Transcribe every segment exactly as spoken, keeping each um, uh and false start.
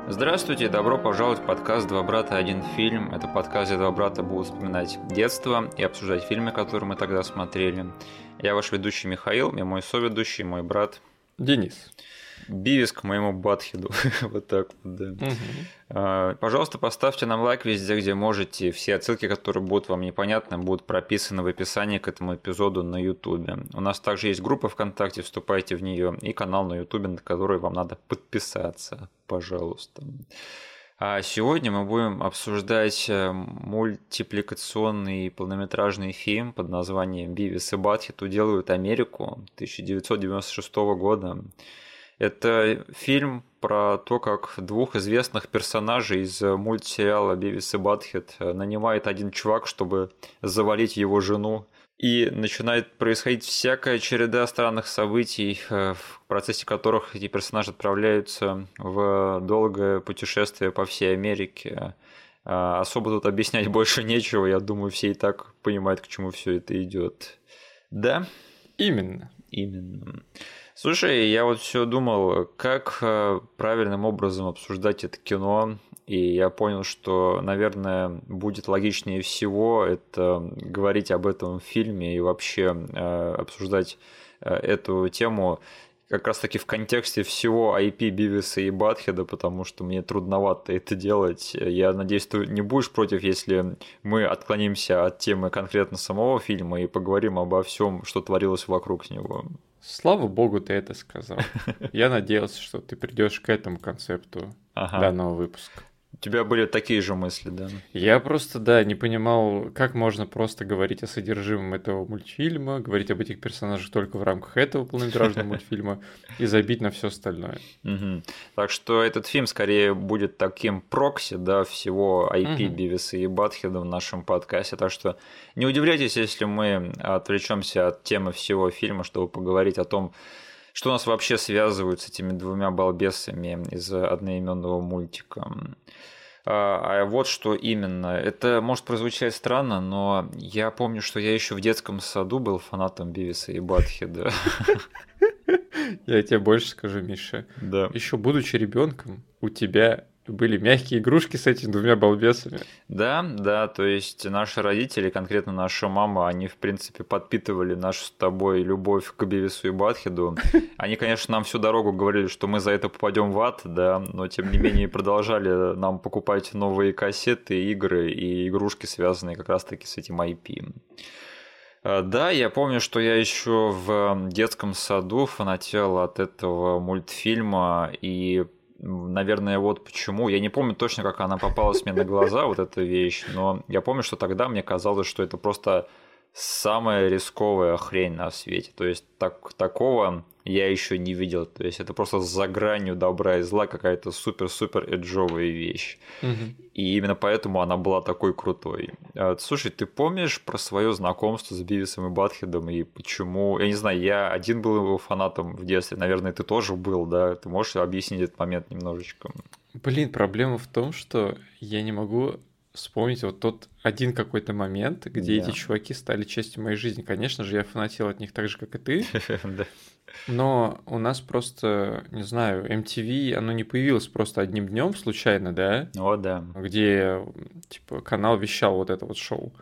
Здравствуйте, добро пожаловать в подкаст «Два брата. Один фильм». Это подкаст, где два брата будут вспоминать детство и обсуждать фильмы, которые мы тогда смотрели. Я ваш ведущий Михаил, и мой соведущий, мой брат Денис. Бивис к моему Батхеду. Вот так вот, да. Угу. Пожалуйста, поставьте нам лайк везде, где можете. Все отсылки, которые будут вам непонятны, будут прописаны в описании к этому эпизоду на Ютубе. У нас также есть группа ВКонтакте, вступайте в нее, и канал на Ютубе, на который вам надо подписаться, пожалуйста. А сегодня мы будем обсуждать мультипликационный полнометражный фильм под названием «Бивис и Батхед уделывают Америку» тысяча девятьсот девяносто шестого года. Это фильм про то, как двух известных персонажей из мультсериала «Бивис и Батхед» нанимает один чувак, чтобы завалить его жену. И начинает происходить всякая череда странных событий, в процессе которых эти персонажи отправляются в долгое путешествие по всей Америке. Особо тут объяснять больше нечего, я думаю, все и так понимают, к чему все это идет. Да? Именно. Именно. Слушай, я вот все думал, как правильным образом обсуждать это кино, и я понял, что, наверное, будет логичнее всего это говорить об этом фильме и вообще обсуждать эту тему как раз-таки в контексте всего ай пи Бивиса и Батхеда, потому что мне трудновато это делать. Я надеюсь, ты не будешь против, если мы отклонимся от темы конкретно самого фильма и поговорим обо всем, что творилось вокруг него. Слава богу, ты это сказал. Я надеялся, что ты придешь к этому концепту ага. данного выпуска. У тебя были такие же мысли, да? Я просто, да, не понимал, как можно просто говорить о содержимом этого мультфильма, говорить об этих персонажах только в рамках этого полнометражного мультфильма и забить на все остальное. Угу. Так что этот фильм скорее будет таким прокси, да, всего ай пи угу. Бивиса и Батхеда в нашем подкасте. Так что не удивляйтесь, если мы отвлечемся от темы всего фильма, чтобы поговорить о том, что нас вообще связывает с этими двумя балбесами из одноименного мультика. А вот что именно. Это может прозвучать странно, но я помню, что я еще в детском саду был фанатом Бивиса и Батхеда. Я тебе больше скажу, Миша. Да. Еще будучи ребенком, у тебя были мягкие игрушки с этими двумя балбесами. Да, да, то есть наши родители, конкретно наша мама, они, в принципе, подпитывали нашу с тобой любовь к Бивису и Батхеду. Они, конечно, нам всю дорогу говорили, что мы за это попадем в ад, да, но, тем не менее, продолжали нам покупать новые кассеты, игры и игрушки, связанные как раз-таки с этим ай пи. Да, я помню, что я еще в детском саду фанател от этого мультфильма, и наверное, вот почему. Я не помню точно, как она попалась мне на глаза, вот эта вещь, но я помню, что тогда мне казалось, что это просто самая рисковая хрень на свете. То есть так, такого я еще не видел. То есть это просто за гранью добра и зла какая-то супер-супер эджовая вещь. Угу. И именно поэтому она была такой крутой. Слушай, ты помнишь про свое знакомство с Бивисом и Батхедом и почему? Я не знаю, я один был его фанатом в детстве, наверное, ты тоже был, да? Ты можешь объяснить этот момент немножечко? Блин, проблема в том, что я не могу вспомнить вот тот один какой-то момент, где да. эти чуваки стали частью моей жизни. Конечно же, я фанател от них так же, как и ты. Но у нас просто, не знаю, эм ти ви, оно не появилось просто одним днем случайно, да? О, да. Где, типа, канал вещал вот это вот шоу.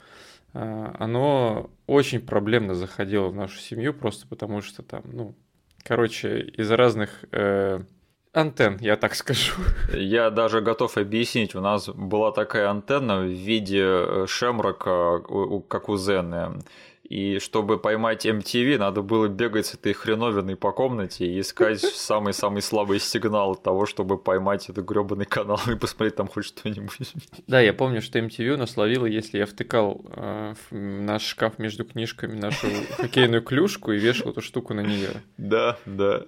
Оно очень проблемно заходило в нашу семью, просто потому что там, ну, короче, из разных э, антенн, я так скажу. Я даже готов объяснить. У нас была такая антенна в виде шемрока, как у Зены. И чтобы поймать эм ти ви, надо было бегать с этой хреновиной по комнате и искать самый-самый слабый сигнал того, чтобы поймать этот грёбаный канал и посмотреть там хоть что-нибудь. Да, я помню, что эм ти ви у нас ловило, если я втыкал э, в наш шкаф между книжками нашу хоккейную клюшку и вешал эту штуку на нее. Да, да.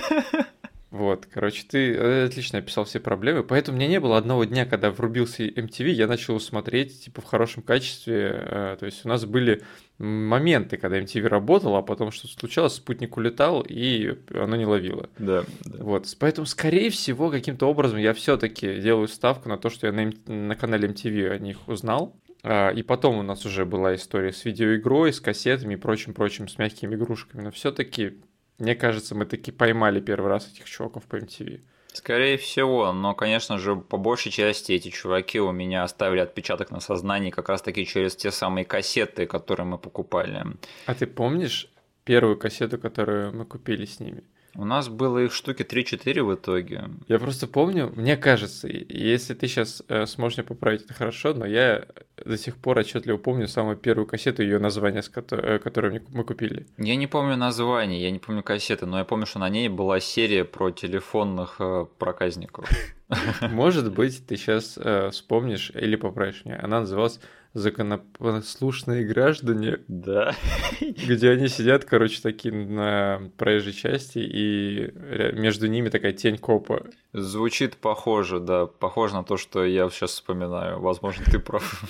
Вот, короче, ты отлично описал все проблемы, поэтому у меня не было одного дня, когда врубился эм ти ви, я начал его смотреть, типа, в хорошем качестве, то есть у нас были моменты, когда эм ти ви работал, а потом что-то случалось, спутник улетал, и оно не ловило. Да, да. Вот, поэтому, скорее всего, каким-то образом я все-таки делаю ставку на то, что я на, на канале эм ти ви о них узнал, и потом у нас уже была история с видеоигрой, с кассетами и прочим-прочим, с мягкими игрушками, но все-таки... Мне кажется, мы таки поймали первый раз этих чуваков по эм ти ви. Скорее всего, но, конечно же, по большей части эти чуваки у меня оставили отпечаток на сознании как раз-таки через те самые кассеты, которые мы покупали. А ты помнишь первую кассету, которую мы купили с ними? У нас было их штуки три-четыре в итоге. Я просто помню, мне кажется, если ты сейчас э, сможешь меня поправить, это хорошо, но я до сих пор отчетливо помню самую первую кассету, ее название, с кото- э, которую мы купили. Я не помню название, я не помню кассеты, но я помню, что на ней была серия про телефонных э, проказников. Может быть, ты сейчас э, вспомнишь или поправишь меня. Она называлась «Законопослушные граждане». Да. Где они сидят, короче, такие на проезжей части, и между ними такая тень копа. Звучит похоже, да. Похоже на то, что я сейчас вспоминаю. Возможно, ты прав.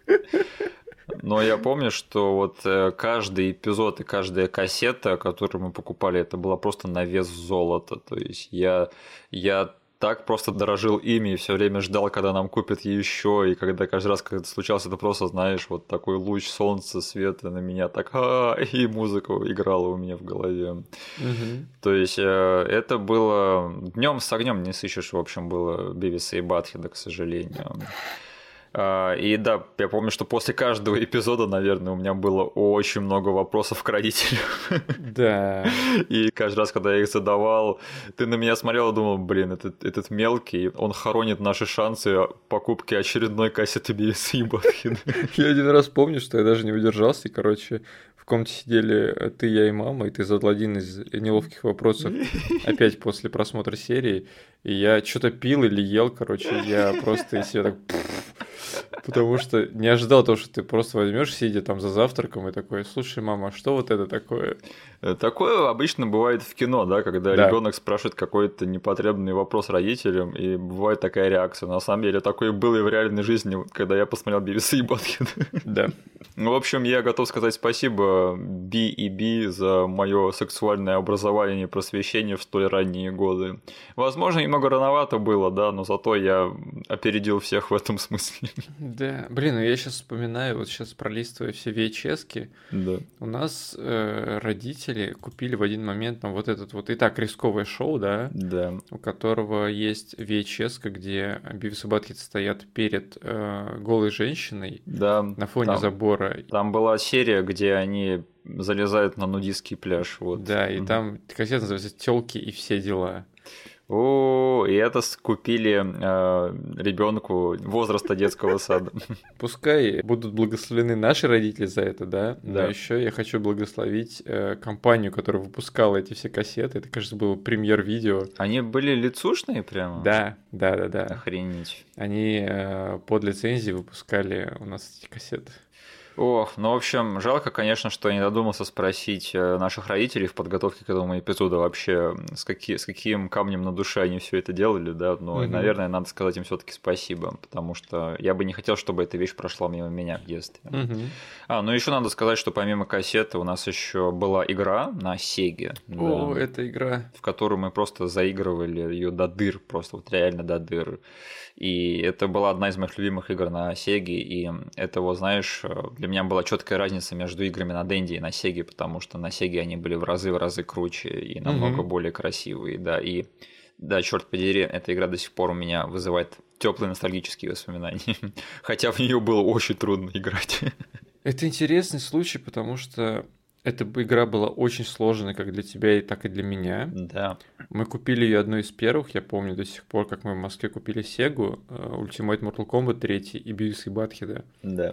Но я помню, что вот каждый эпизод и каждая кассета, которую мы покупали, это было просто на вес золота. То есть я, я так просто дорожил ими и все время ждал, когда нам купят еще, и когда каждый раз, когда это случалось, это просто, знаешь, вот такой луч солнца, света на меня, так, а и музыка играла у меня в голове. Угу. То есть это было днем с огнем не сыщешь, в общем, было Бивиса и Батхеда, к сожалению. И да, я помню, что после каждого эпизода, наверное, у меня было очень много вопросов к родителям. Да. И каждый раз, когда я их задавал, ты на меня смотрел и думал, блин, этот, этот мелкий, он хоронит наши шансы покупки очередной кассеты Бивиса и Батхеда. Я один раз помню, что я даже не удержался, и, короче, в комнате сидели ты, я и мама, и ты задал один из неловких вопросов опять после просмотра серии, и я что-то пил или ел, короче, я просто из себя так... Потому что не ожидал того, что ты просто возьмешь, сидя там за завтраком, и такой, слушай, мама, а что вот это такое? Такое обычно бывает в кино, да, когда да. ребенок спрашивает какой-то непотребный вопрос родителям, и бывает такая реакция. На самом деле, такое было и в реальной жизни, когда я посмотрел Бивиса и Батхеда. Да. Ну, в общем, я готов сказать спасибо Би и Би за мое сексуальное образование и просвещение в столь ранние годы. Возможно, немного рановато было, да, но зато я опередил всех в этом смысле. Да, блин, ну я сейчас вспоминаю, вот сейчас пролистывая все ви эйч эс-ки, да. у нас э, родители купили в один момент там вот этот вот и так рисковое шоу, да, да. у которого есть ви эйч эс-ка, где Бивис и Батхед стоят перед э, голой женщиной да, на фоне там, забора. Там была серия, где они залезают на нудистский пляж. Вот. Да, и угу. там кассета называется «Тёлки и все дела». О, и это скупили э, ребенку возраста детского сада. Пускай будут благословены наши родители за это, да, да. но еще я хочу благословить э, компанию, которая выпускала эти все кассеты. Это, кажется, было премьер-видео. Они были лицушные прямо? Да, да, да, да. Охренеть. Они э, под лицензией выпускали у нас эти кассеты. Ох, ну, в общем, жалко, конечно, что я не додумался спросить наших родителей в подготовке к этому эпизоду вообще, с, какие, с каким камнем на душе они все это делали, да, но, угу. наверное, надо сказать им все-таки спасибо, потому что я бы не хотел, чтобы эта вещь прошла мимо меня в детстве. Угу. А, ну, еще надо сказать, что помимо кассеты у нас еще была игра на Сеге. О, да, эта игра. В которую мы просто заигрывали ее до дыр, просто вот реально до дыр. И это была одна из моих любимых игр на Сеге, и это, вот, знаешь, для меня была четкая разница между играми на Денди и на Сеге, потому что на Сеге они были в разы в разы круче и намного mm-hmm. более красивые, да, и да, черт подери, эта игра до сих пор у меня вызывает теплые ностальгические воспоминания, хотя в нее было очень трудно играть. Это интересный случай, потому что эта игра была очень сложной как для тебя, так и для меня. Да. Мы купили ее одной из первых, я помню до сих пор, как мы в Москве купили Сегу, Ultimate Mortal Kombat три и Бивис и Батхеда. Да.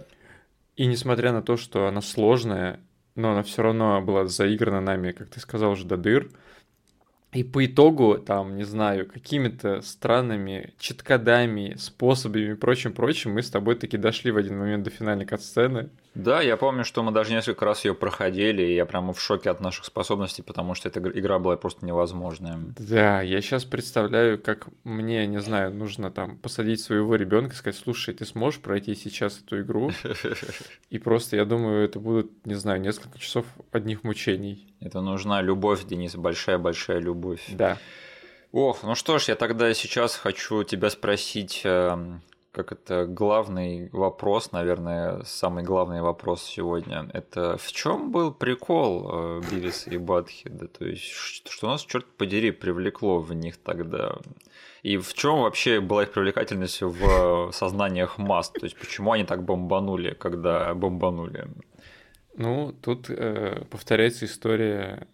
И несмотря на то, что она сложная, но она все равно была заиграна нами, как ты сказал, уже до дыр. И по итогу, там, не знаю, какими-то странными читкодами, способами и прочим-прочим мы с тобой таки дошли в один момент до финальной кат-сцены. Да, я помню, что мы даже несколько раз ее проходили, и я прямо в шоке от наших способностей, потому что эта игра была просто невозможная. Да, я сейчас представляю, как мне, не знаю, нужно там посадить своего ребенка и сказать, слушай, ты сможешь пройти сейчас эту игру? И просто, я думаю, это будут, не знаю, несколько часов одних мучений. Это нужна любовь, Денис, большая-большая любовь. Да. Ох, ну что ж, я тогда сейчас хочу тебя спросить... как это, главный вопрос, наверное, самый главный вопрос сегодня. Это в чем был прикол Бивиса и Батхеда? То есть, что нас, черт подери, привлекло в них тогда? И в чем вообще была их привлекательность в сознаниях масс? То есть, почему они так бомбанули, когда бомбанули? Ну, тут э, повторяется история,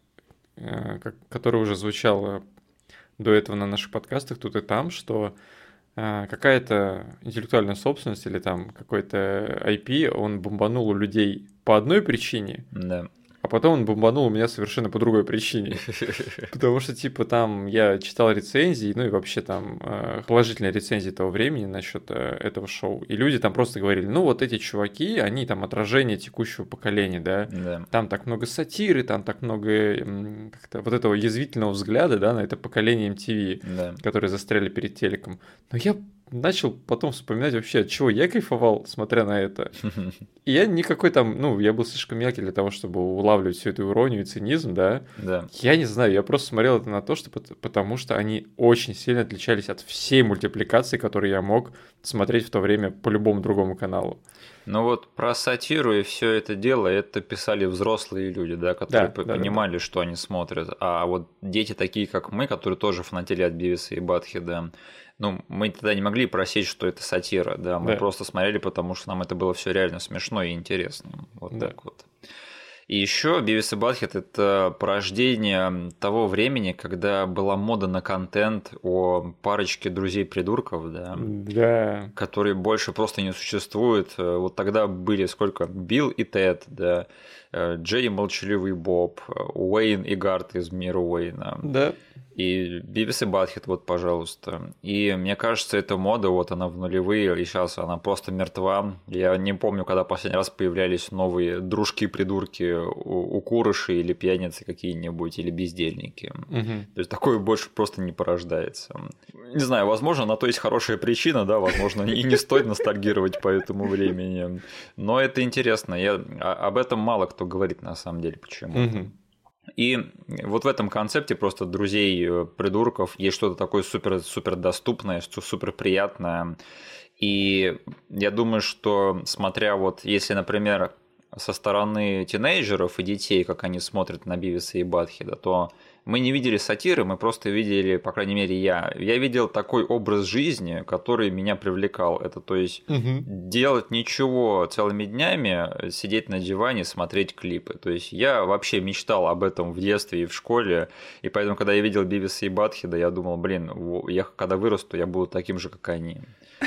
э, как, которая уже звучала до этого на наших подкастах тут и там, что э, какая-то интеллектуальная собственность или там какой-то ай пи, он бомбанул у людей по одной причине, да. А потом он бомбанул у меня совершенно по другой причине. Потому что, типа, там я читал рецензии, ну и вообще там положительные рецензии того времени насчет этого шоу. И люди там просто говорили, ну вот эти чуваки, они там отражение текущего поколения, да. Да. Там так много сатиры, там так много как-то вот этого язвительного взгляда, да, на это поколение эм ти ви, Да. которые застряли перед телеком. Но я начал потом вспоминать вообще, от чего я кайфовал, смотря на это. И я никакой там, ну, я был слишком мелкий для того, чтобы улавливать всю эту иронию и цинизм, да. Да. Я не знаю, я просто смотрел это на то, что потому что они очень сильно отличались от всей мультипликации, которые я мог смотреть в то время по любому другому каналу. Ну вот про сатиру и все это дело, это писали взрослые люди, да, которые Да, да, понимали, да, да. что они смотрят. А вот дети такие, как мы, которые тоже фанатели от Бивиса и Батхеда, ну, мы тогда не могли просечь, что это сатира, да, мы Да. просто смотрели, потому что нам это было все реально смешно и интересно. Вот Да. так вот. И еще Бивис и Батхед – это порождение того времени, когда была мода на контент о парочке друзей-придурков, да, Да. которые больше просто не существуют. Вот тогда были сколько? Билл и Тед, да, Джей и Молчаливый Боб, Уэйн и Гарт из Мира Уэйна. Да. И Бивис и Батхед, вот, пожалуйста. И мне кажется, эта мода, вот она в нулевые, и сейчас она просто мертва. Я не помню, когда последний раз появлялись новые дружки-придурки у, у курыши или пьяницы какие-нибудь, или бездельники. Угу. То есть такое больше просто не порождается. Не знаю, возможно, на то есть хорошая причина, да, возможно, и не стоит ностальгировать по этому времени. Но это интересно. Я, об этом мало кто говорит на самом деле, почему. Угу. И вот в этом концепте просто друзей-придурков есть что-то такое супер-супер доступное, супер приятное. И я думаю, что смотря вот, если, например, со стороны тинейджеров и детей, как они смотрят на Бивиса и Батхеда, то мы не видели сатиры, мы просто видели, по крайней мере, я. Я видел такой образ жизни, который меня привлекал. Это, то есть, Угу. делать ничего целыми днями, сидеть на диване, смотреть клипы. То есть, я вообще мечтал об этом в детстве и в школе. И поэтому, когда я видел Бивиса и Батхеда, я думал, блин, я когда вырасту, я буду таким же, как они.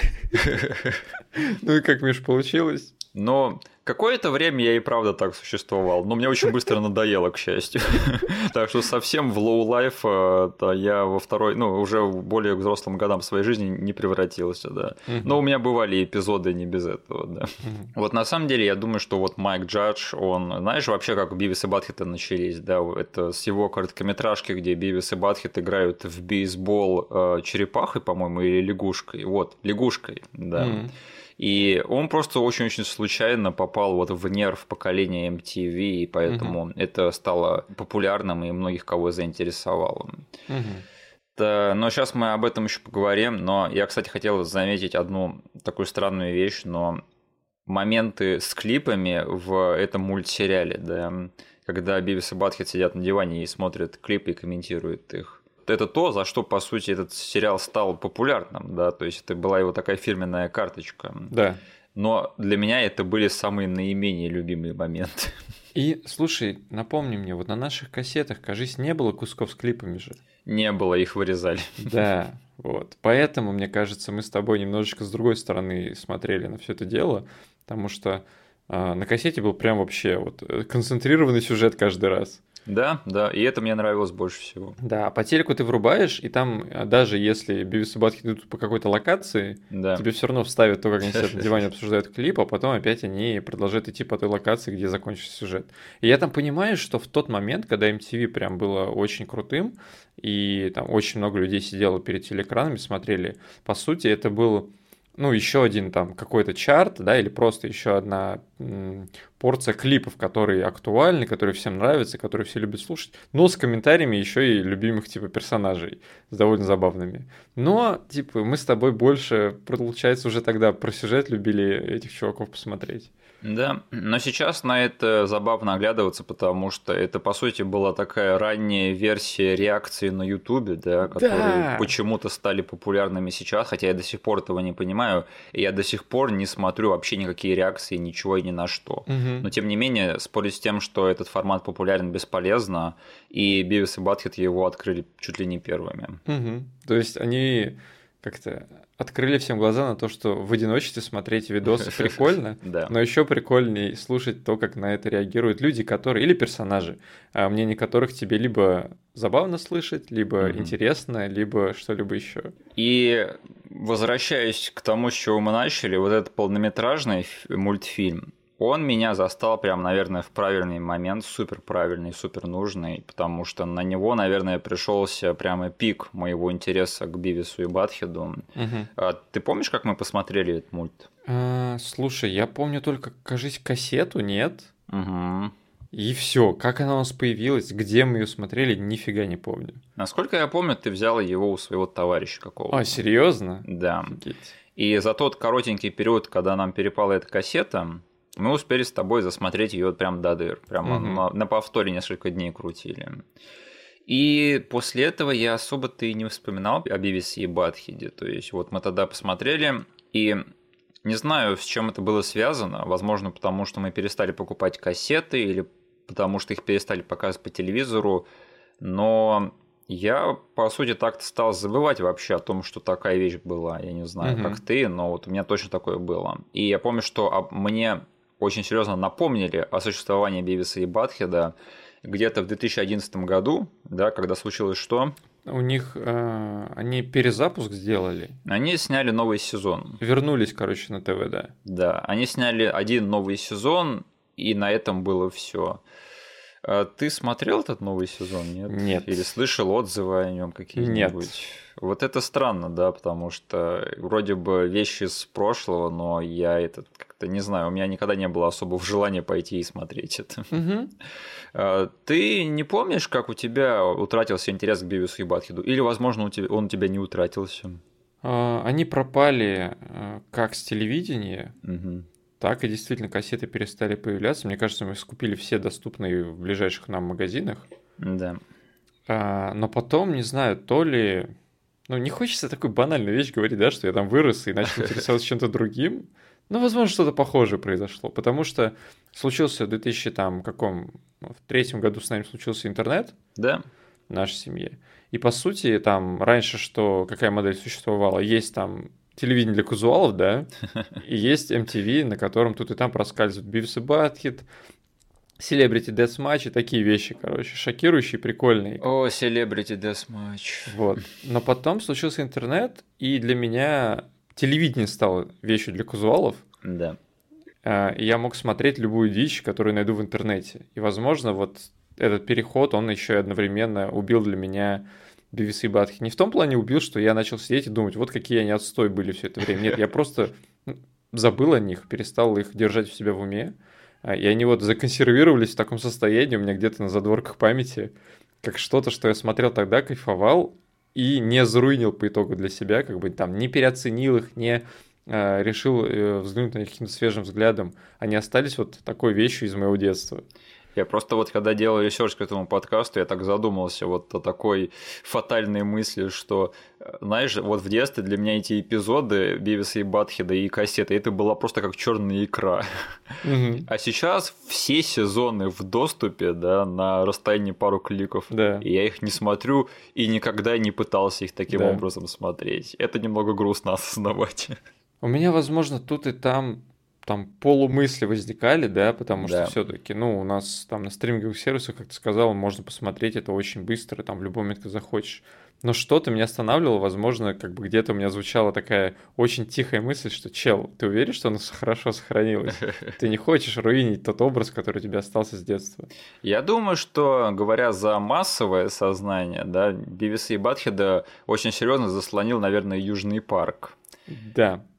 Ну и как, Миш, получилось? Но какое-то время я и правда так существовал, но мне очень быстро надоело, к счастью. Так что совсем в лоу-лайф я во второй, ну, уже в более взрослым годам своей жизни не превратился, да. Но у меня бывали эпизоды не без этого, да. Вот на самом деле я думаю, что вот Майк Джадж, он, знаешь, вообще как Бивис и Батхед начались, да, это с его короткометражки, где Бивис и Батхед играют в бейсбол черепахой, по-моему, или лягушкой, вот, лягушкой, да. И он просто очень-очень случайно попал вот в нерв поколения эм ти ви, и поэтому uh-huh. это стало популярным и многих кого заинтересовало. Uh-huh. Да, но сейчас мы об этом еще поговорим. Но я, кстати, хотел заметить одну такую странную вещь, но моменты с клипами в этом мультсериале, да, когда Бивис и Батхед сидят на диване и смотрят клипы и комментируют их. Это то, за что, по сути, этот сериал стал популярным, да, то есть это была его такая фирменная карточка. Да. Но для меня это были самые наименее любимые моменты. И, слушай, напомни мне, вот на наших кассетах, кажись, не было кусков с клипами же. Не было, их вырезали. Да, вот. Поэтому, мне кажется, мы с тобой немножечко с другой стороны смотрели на все это дело, потому что э, на кассете был прям вообще вот концентрированный сюжет каждый раз. Да, да, и это мне нравилось больше всего. Да, по телеку ты врубаешь, и там даже если Бивис и Батхед идут по какой-то локации, да. тебе все равно вставят то, как они сидят на диване, обсуждают клип, а потом опять они продолжают идти по той локации, где закончился сюжет. И я там понимаю, что в тот момент, когда эм ти ви прям было очень крутым, и там очень много людей сидело перед телеэкранами, смотрели, по сути, это был ну, еще один там какой-то чарт, да, или просто еще одна м, порция клипов, которые актуальны, которые всем нравятся, которые все любят слушать, но с комментариями еще и любимых типа персонажей, с довольно забавными. Но, типа, мы с тобой больше, получается, уже тогда про сюжет любили этих чуваков посмотреть. Да, но сейчас на это забавно оглядываться, потому что это, по сути, была такая ранняя версия реакции на Ютубе, да, которые Да. почему-то стали популярными сейчас, хотя я до сих пор этого не понимаю, и я до сих пор не смотрю вообще никакие реакции, ничего и ни на что. Мгм. Но, тем не менее, спорить с тем, что этот формат популярен, бесполезно, и Бивис и Батхед его открыли чуть ли не первыми. Мгм. То есть они как-то открыли всем глаза на то, что в одиночестве смотреть видосы прикольно, Да. но еще прикольнее слушать то, как на это реагируют люди, которые или персонажи, а мнение которых тебе либо забавно слышать, либо Мгм. интересно, либо что-либо еще. И возвращаясь к тому, с чего мы начали, вот этот полнометражный ф- мультфильм, он меня застал прям, наверное, в правильный момент, супер правильный, супер нужный, потому что на него, наверное, пришелся прямо пик моего интереса к Бивису и Батхеду. Мгм. А ты помнишь, как мы посмотрели этот мульт? А, слушай, я помню только, кажись, кассету, нет? Угу. И все, как она у нас появилась, где мы ее смотрели, нифига не помню. Насколько я помню, ты взял его у своего товарища какого-то. А, серьезно? Да. Офигеть. И за тот коротенький период, когда нам перепала эта кассета, мы успели с тобой засмотреть ее прям до дыр. Прямо Мгм. на, на повторе несколько дней крутили. И после этого я особо-то и не вспоминал о Бивисе и Батхеде. То есть вот мы тогда посмотрели, и не знаю, с чем это было связано. Возможно, потому что мы перестали покупать кассеты, или потому что их перестали показывать по телевизору. Но я, по сути, так-то стал забывать вообще о том, что такая вещь была. Я не знаю, Мгм. как ты, но вот у меня точно такое было. И я помню, что об- мне очень серьезно напомнили о существовании Бивиса и Батхеда где-то в две тысячи одиннадцатом году, да, когда случилось что? У них э, они перезапуск сделали. Они сняли новый сезон. Вернулись, короче, на ТВ, да. Да, они сняли один новый сезон, и на этом было все. Ты смотрел этот новый сезон, нет? Нет. Или слышал отзывы о нем какие-нибудь? Вот это странно, да, потому что вроде бы вещи с прошлого, но я это как-то не знаю, у меня никогда не было особого желания пойти и смотреть это. Мгм. А, Ты не помнишь, как у тебя утратился интерес к Бивису и Батхеду? Или, возможно, у тебя- он у тебя не утратился? А, Они пропали э, как с телевидения, Мгм. так и действительно кассеты перестали появляться. Мне кажется, мы скупили все доступные в ближайших нам магазинах. Да. А, Но потом, не знаю, то ли... Ну, не хочется такую банальную вещь говорить, да, что я там вырос и начал интересоваться чем-то другим. Ну, возможно, что-то похожее произошло, потому что случился в две тысячи там, каком, в третьем году с нами случился интернет Да. в нашей семье. И, по сути, там раньше что, какая модель существовала? Есть там телевидение для казуалов, да, и есть эм ти ви, на котором тут и там проскальзывают Бивис и Батхед, Celebrity Deathmatch и такие вещи, короче, шокирующие, прикольные. О, Celebrity Deathmatch. Вот. Но потом случился интернет, и для меня телевидение стало вещью для казуалов. Да. а, И я мог смотреть любую дичь, которую найду в интернете. И, возможно, вот этот переход, он еще и одновременно убил для меня Бивис и Батхед. Не в том плане убил, что я начал сидеть и думать, вот какие они отстой были все это время. Нет, я просто забыл о них, перестал их держать в себя в уме. А, И они вот законсервировались в таком состоянии у меня где-то на задворках памяти, как что-то, что я смотрел тогда, кайфовал и не заруинил по итогу для себя, как бы там не переоценил их, не а, решил э, взглянуть на них каким-то свежим взглядом. Они остались вот такой вещью из моего детства. Я просто вот когда делал ресерч к этому подкасту, я так задумался вот о такой фатальной мысли, что, знаешь, вот в детстве для меня эти эпизоды Бивиса и Батхеда и кассеты, это была просто как черная икра. Мгм. А сейчас все сезоны в доступе, да, на расстоянии пару кликов. Да. И я их не смотрю и никогда не пытался их таким Да. образом смотреть. Это немного грустно осознавать. У меня, возможно, тут и там там полумысли возникали, да, потому Да. что все-таки, ну, у нас там на стриминговых сервисах, как ты сказал, можно посмотреть это очень быстро, там в любой момент, когда захочешь. Но что-то меня останавливало, возможно, как бы где-то у меня звучала такая очень тихая мысль, что, чел, ты уверен, что оно хорошо сохранилось? Ты не хочешь руинить тот образ, который у тебя остался с детства? Я думаю, что, говоря за массовое сознание, да, Бивиса и Батхеда очень серьезно заслонил, наверное, Южный парк. Да.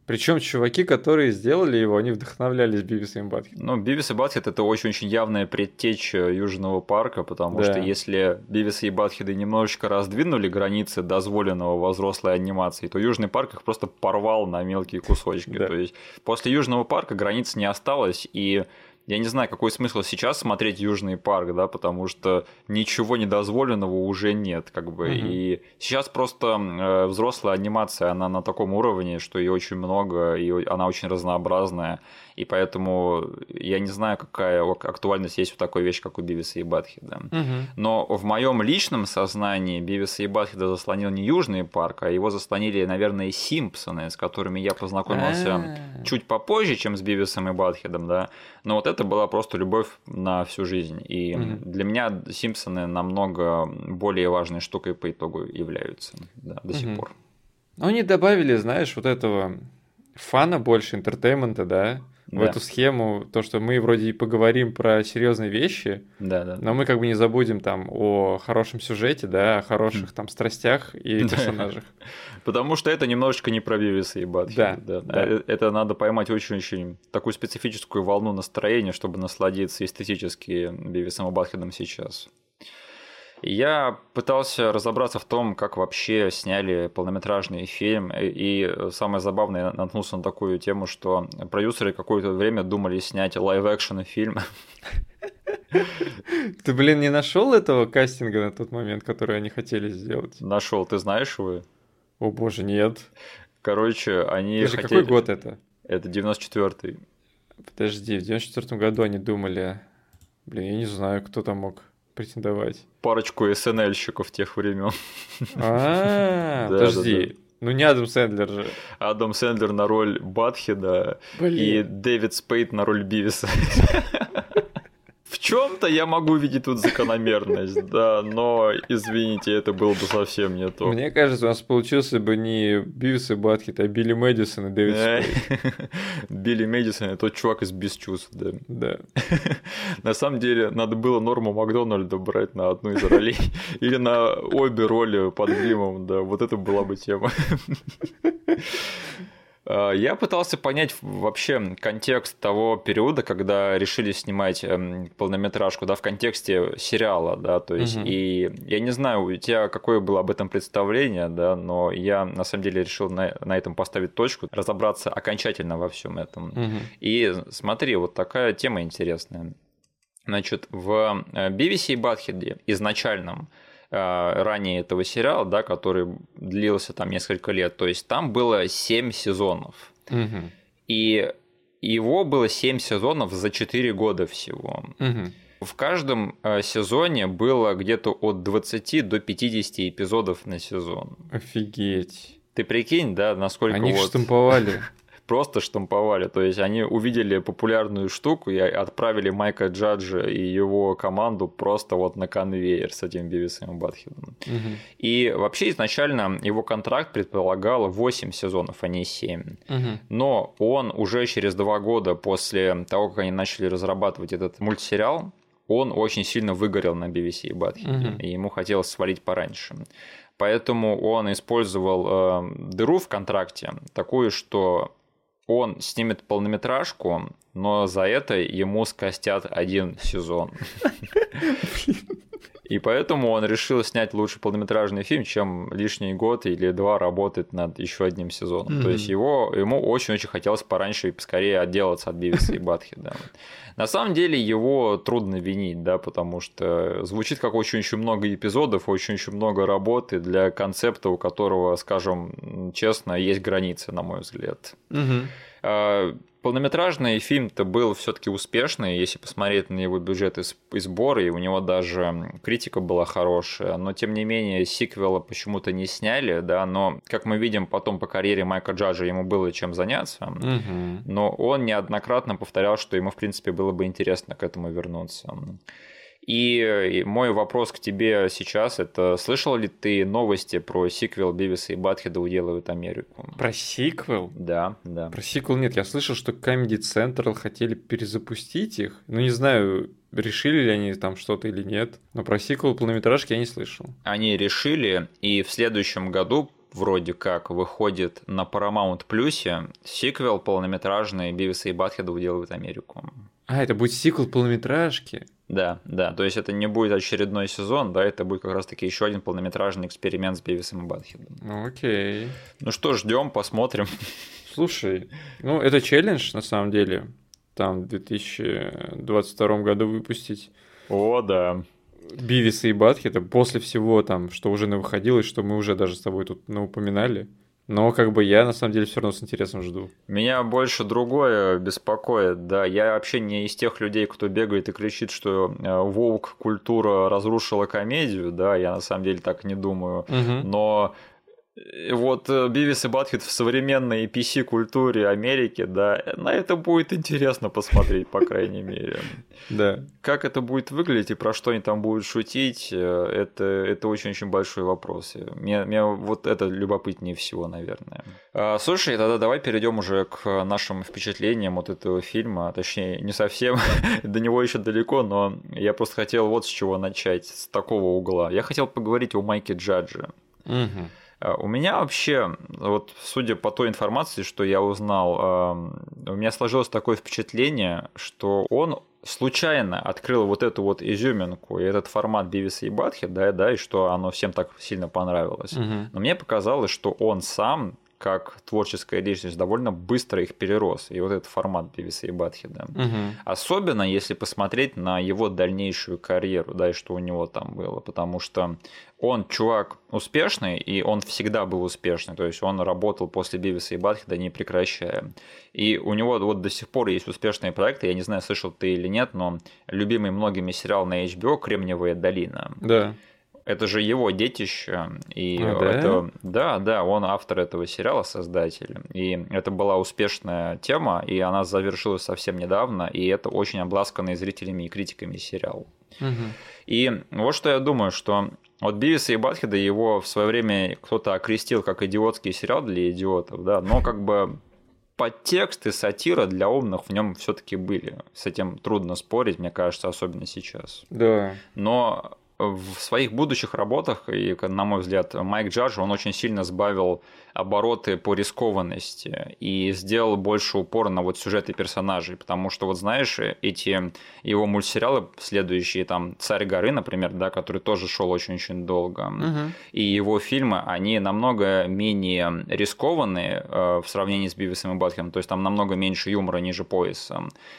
Причем чуваки, которые сделали его, они вдохновлялись Бивисом и Батхедом. Ну, Бивис и Батхед — это очень-очень явная предтеча Южного парка, потому Да. что если Бивис и Батхеды немножечко раздвинули границы дозволенного во взрослой анимации, то Южный парк их просто порвал на мелкие кусочки. Да. То есть после Южного парка границ не осталось, и я не знаю, какой смысл сейчас смотреть Южный парк, да, потому что ничего недозволенного уже нет, как бы. Мгм. И сейчас просто э, взрослая анимация, она на таком уровне, что ее очень много, и о- она очень разнообразная. И поэтому я не знаю, какая ак- актуальность есть у такой вещи, как у Бивиса и Батхеда. Мгм. Но в моем личном сознании Бивиса и Батхеда заслонил не Южный парк, а его заслонили, наверное, Симпсоны, с которыми я познакомился А. чуть попозже, чем с Бивисом и Батхедом, да. Но вот это была просто любовь на всю жизнь. И Мгм. для меня Симпсоны намного более важной штукой по итогу являются, да, до сих Мгм. пор. Ну, они добавили, знаешь, вот этого фана больше, интертеймента, да, в Да. эту схему, то, что мы вроде и поговорим про серьезные вещи, Да, да. но мы как бы не забудем там о хорошем сюжете, да, о хороших там страстях и Да. персонажах. Потому что это немножечко не про Бивиса и Батхеда. Да, да. Э, Это надо поймать очень-очень такую специфическую волну настроения, чтобы насладиться эстетически Бивисом и Батхедом сейчас. И Я пытался разобраться в том, как вообще сняли полнометражный фильм, и и самое забавное, я наткнулся на такую тему, что продюсеры какое-то время думали снять лайв-экшен фильм. Ты, блин, не нашел этого кастинга на тот момент, который они хотели сделать? Нашел, ты знаешь его? О боже, нет. Короче, они Подожди, хотели... какой год это? Это девяносто четвёртый. Подожди, в девяносто четвёртом году они думали... Блин, я не знаю, кто там мог претендовать. Парочку эс эн эль-щиков тех времен. А, Да, подожди. Ну не Адам Сэндлер же. Адам Сэндлер на роль Батхеда и Блин. Дэвид Спейд на роль Бивиса. В чем-то я могу видеть тут закономерность, да, но, извините, это было бы совсем не то. Мне кажется, у нас получился бы не Бивис и Батхед, а Билли Мэдисон и Дэвид Спейд. Билли Мэдисон — это тот чувак из «Без чувств», да. Да. На самом деле, надо было Норму Макдональда брать на одну из ролей или на обе роли под гримом, да, вот это была бы тема. Я пытался понять вообще контекст того периода, когда решили снимать эм, полнометражку, да, в контексте сериала, да, то есть, Мгм. и я не знаю, у тебя какое было об этом представление, да, но я на самом деле решил на, на этом поставить точку, разобраться окончательно во всем этом. Мгм. И смотри, вот такая тема интересная. Значит, в э, Бивисе и Батхеде изначальном, э, ранее этого сериала, да, который длился там несколько лет, то есть там было семь сезонов. Мгм. И его было семь сезонов за четыре года всего. Мгм. В каждом э, сезоне было где-то от двадцати до пятидесяти эпизодов на сезон. Офигеть. Ты прикинь, да, насколько Они их вот... штамповали. Просто штамповали. То есть они увидели популярную штуку и отправили Майка Джаджа и его команду просто вот на конвейер с этим Бивисом и Батхедом. Мгм. И вообще изначально его контракт предполагал восемь сезонов, а не семь. Мгм. Но он уже через два года после того, как они начали разрабатывать этот мультсериал, он очень сильно выгорел на Бивисе и Батхеде, Мгм. и ему хотелось свалить пораньше. Поэтому он использовал э, дыру в контракте, такую, что он снимет полнометражку, но за это ему скостят один сезон. И поэтому он решил снять лучше полнометражный фильм, чем лишний год или два работать над еще одним сезоном. Mm-hmm. То есть его, ему очень-очень хотелось пораньше и поскорее отделаться от Бивиса и Батхеда. На самом деле его трудно винить, да, потому что звучит как очень-очень много эпизодов, очень-очень много работы для концепта, у которого, скажем честно, есть границы, на мой взгляд. Mm-hmm. Полнометражный фильм-то был все-таки успешный, если посмотреть на его бюджет и сборы, и у него даже критика была хорошая, но тем не менее сиквела почему-то не сняли, да, но, как мы видим потом по карьере Майка Джаджа, ему было чем заняться, угу. но он неоднократно повторял, что ему, в принципе, было бы интересно к этому вернуться. И мой вопрос к тебе сейчас – это слышал ли ты новости про сиквел Бивиса и Батхеда уделывают Америку? Про сиквел? Да, да. Про сиквел нет. Я слышал, что Comedy Central хотели перезапустить их. Ну, не знаю, решили ли они там что-то или нет. Но про сиквел полнометражки я не слышал. Они решили, и в следующем году вроде как выходит на Paramount Plus сиквел полнометражный Бивиса и Батхеда уделывают Америку. А, это будет сиквел полнометражки? Да, да, то есть это не будет очередной сезон, да, это будет как раз-таки еще один полнометражный эксперимент с Бивисом и Батхедом. Ну, окей. Ну что, ждем, посмотрим. Слушай, ну это челлендж на самом деле, там в две тысячи двадцать втором году выпустить. О, да. Бивиса и Батхеда после всего там, что уже навыходило, и что мы уже даже с тобой тут наупоминали. Но как бы я на самом деле все равно с интересом жду. Меня больше другое беспокоит, да. Я вообще не из тех людей, кто бегает и кричит, что воук культура разрушила комедию, да. Я на самом деле так не думаю. Угу. Но вот Бивис и Батхед в современной пи си-культуре Америки, да, на это будет интересно посмотреть, по крайней мере. Да. Как это будет выглядеть и про что они там будут шутить, это, это очень-очень большой вопрос. Мне, мне вот это любопытнее всего, наверное. Слушай, тогда давай перейдем уже к нашим впечатлениям от этого фильма. Точнее, не совсем, до него еще далеко, но я просто хотел вот с чего начать, с такого угла. Я хотел поговорить о Майке Джадже. Угу. У меня вообще, вот судя по той информации, что я узнал, у меня сложилось такое впечатление, что он случайно открыл вот эту вот изюминку и этот формат Бивиса и Батхед, да, да, и что оно всем так сильно понравилось. Угу. Но мне показалось, что он сам, как творческая личность, довольно быстро их перерос. И вот этот формат Бивиса и Батхеда. Угу. Особенно если посмотреть на его дальнейшую карьеру, да, и что у него там было. Потому что он чувак успешный, и он всегда был успешный. То есть он работал после Бивиса и Батхеда, не прекращая. И у него вот до сих пор есть успешные проекты. Я не знаю, слышал ты или нет, но любимый многими сериал на эйч би о «Кремниевая долина». Да. Это же его детище, и а, да? это, да, да, он автор этого сериала, создатель, и это была успешная тема, и она завершилась совсем недавно, и это очень обласканный зрителями и критиками сериал. Угу. И вот что я думаю, что вот Бивиса и Батхеда его в свое время кто-то окрестил как идиотский сериал для идиотов, да, но как бы подтекст и сатира для умных в нем все-таки были. С этим трудно спорить, мне кажется, особенно сейчас. Да. Но в своих будущих работах, и, на мой взгляд, Майк Джадж, он очень сильно сбавил обороты по рискованности и сделал больше упора на вот сюжеты персонажей, потому что, вот знаешь, эти его мультсериалы следующие, там, «Царь горы», например, да, который тоже шел очень-очень долго, угу. и его фильмы, они намного менее рискованные э, в сравнении с Бивисом и Батхедом, то есть там намного меньше юмора ниже пояса,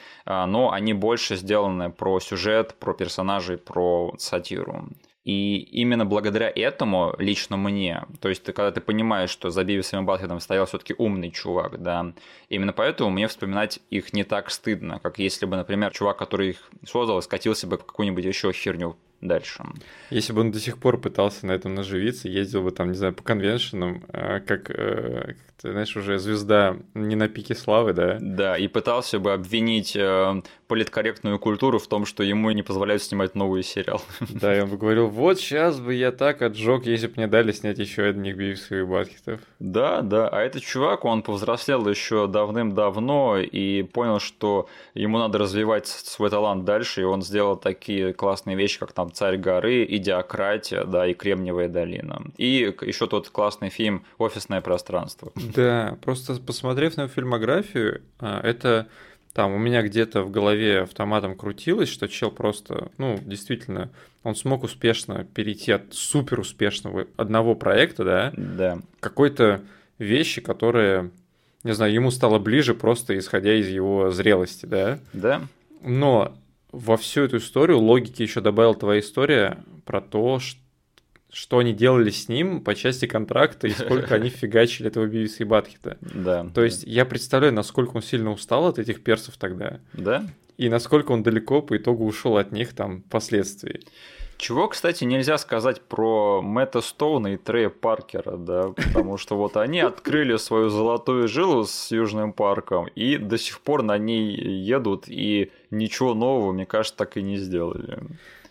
но они больше сделаны про сюжет, про персонажей, про сатиру. И именно благодаря этому лично мне, то есть ты, когда ты понимаешь, что за Бивисом и Батхедом стоял все-таки умный чувак, да, именно поэтому мне вспоминать их не так стыдно, как если бы, например, чувак, который их создал, скатился бы в какую-нибудь еще херню дальше. Если бы он до сих пор пытался на этом наживиться, ездил бы там, не знаю, по конвеншенам, как, как ты знаешь, уже звезда не на пике славы, да? Да, и пытался бы обвинить политкорректную культуру в том, что ему не позволяют снимать новый сериал. Да, и он бы говорил, вот сейчас бы я так отжег, если бы мне дали снять еще одних Бивисов и Батхедов. Да, да, а этот чувак, он повзрослел еще давным-давно и понял, что ему надо развивать свой талант дальше, и он сделал такие классные вещи, как там «Царь горы», «Идиократия», да, и «Кремниевая долина». И еще тот классный фильм «Офисное пространство». Да, просто посмотрев на его фильмографию, это там у меня где-то в голове автоматом крутилось, что чел просто, ну, действительно, он смог успешно перейти от супер успешного одного проекта, да, да. к какой-то вещи, которая, не знаю, ему стало ближе просто исходя из его зрелости, да. Да. Но во всю эту историю логики еще добавила твоя история про то, что что они делали с ним по части контракта и сколько они фигачили этого Бивиса и Батхеда. Да. То есть я представляю, насколько он сильно устал от этих персов тогда. Да. И насколько он далеко по итогу ушел от них там впоследствии. Чего, кстати, нельзя сказать про Мэтта Стоуна и Трея Паркера, да, потому что вот они открыли свою золотую жилу с Южным парком и до сих пор на ней едут, и ничего нового, мне кажется, так и не сделали.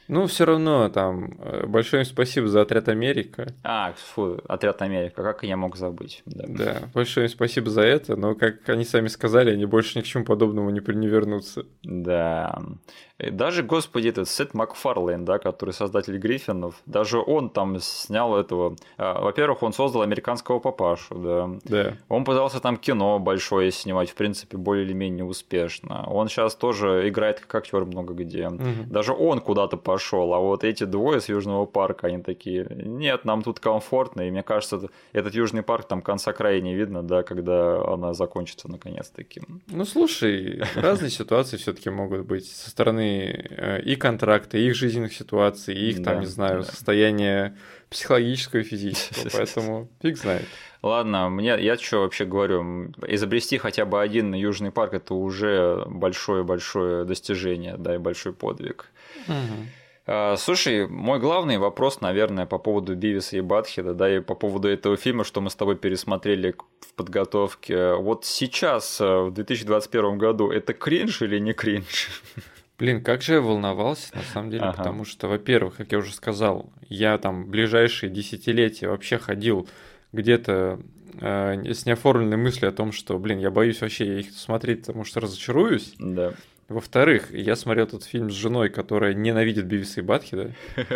Ну, все равно там большое им спасибо за «Отряд Америка». А, фу, «Отряд Америка», как я мог забыть. Да. Да, большое им спасибо за это, но, как они сами сказали, они больше ни к чему подобному не, не вернутся. Да. И даже, господи, этот Сет Макфарлейн, да, который создатель Гриффинов, даже он там снял этого... Во-первых, он создал «Американского папашу», да. Да. Он пытался там кино большое снимать, в принципе, более или менее успешно. Он сейчас тоже играет как актер много где. Угу. Даже он куда-то пошел, а вот эти двое с Южного парка, они такие, нет, нам тут комфортно, и мне кажется, этот Южный парк, там конца края не видно, да, когда она закончится наконец-таки. Ну, слушай, разные ситуации все-таки могут быть со стороны и контракта, и их жизненных ситуаций, и их, там, не знаю, состояния психологического и физического, поэтому фиг знает. Ладно, мне, я что вообще говорю, изобрести хотя бы один Южный парк – это уже большое-большое достижение, да, и большой подвиг. Угу. Слушай, мой главный вопрос, наверное, по поводу Бивиса и Батхеда, да, и по поводу этого фильма, что мы с тобой пересмотрели в подготовке. Вот сейчас, в две тысячи двадцать первом году, это кринж или не кринж? Блин, как же я волновался, на самом деле, ага. потому что, во-первых, как я уже сказал, я там ближайшие десятилетия вообще ходил где-то э, с неоформленной мыслью о том, что, блин, я боюсь вообще их смотреть, потому что разочаруюсь. Да. Во-вторых, я смотрел этот фильм с женой, которая ненавидит Бивиса и Батхеда,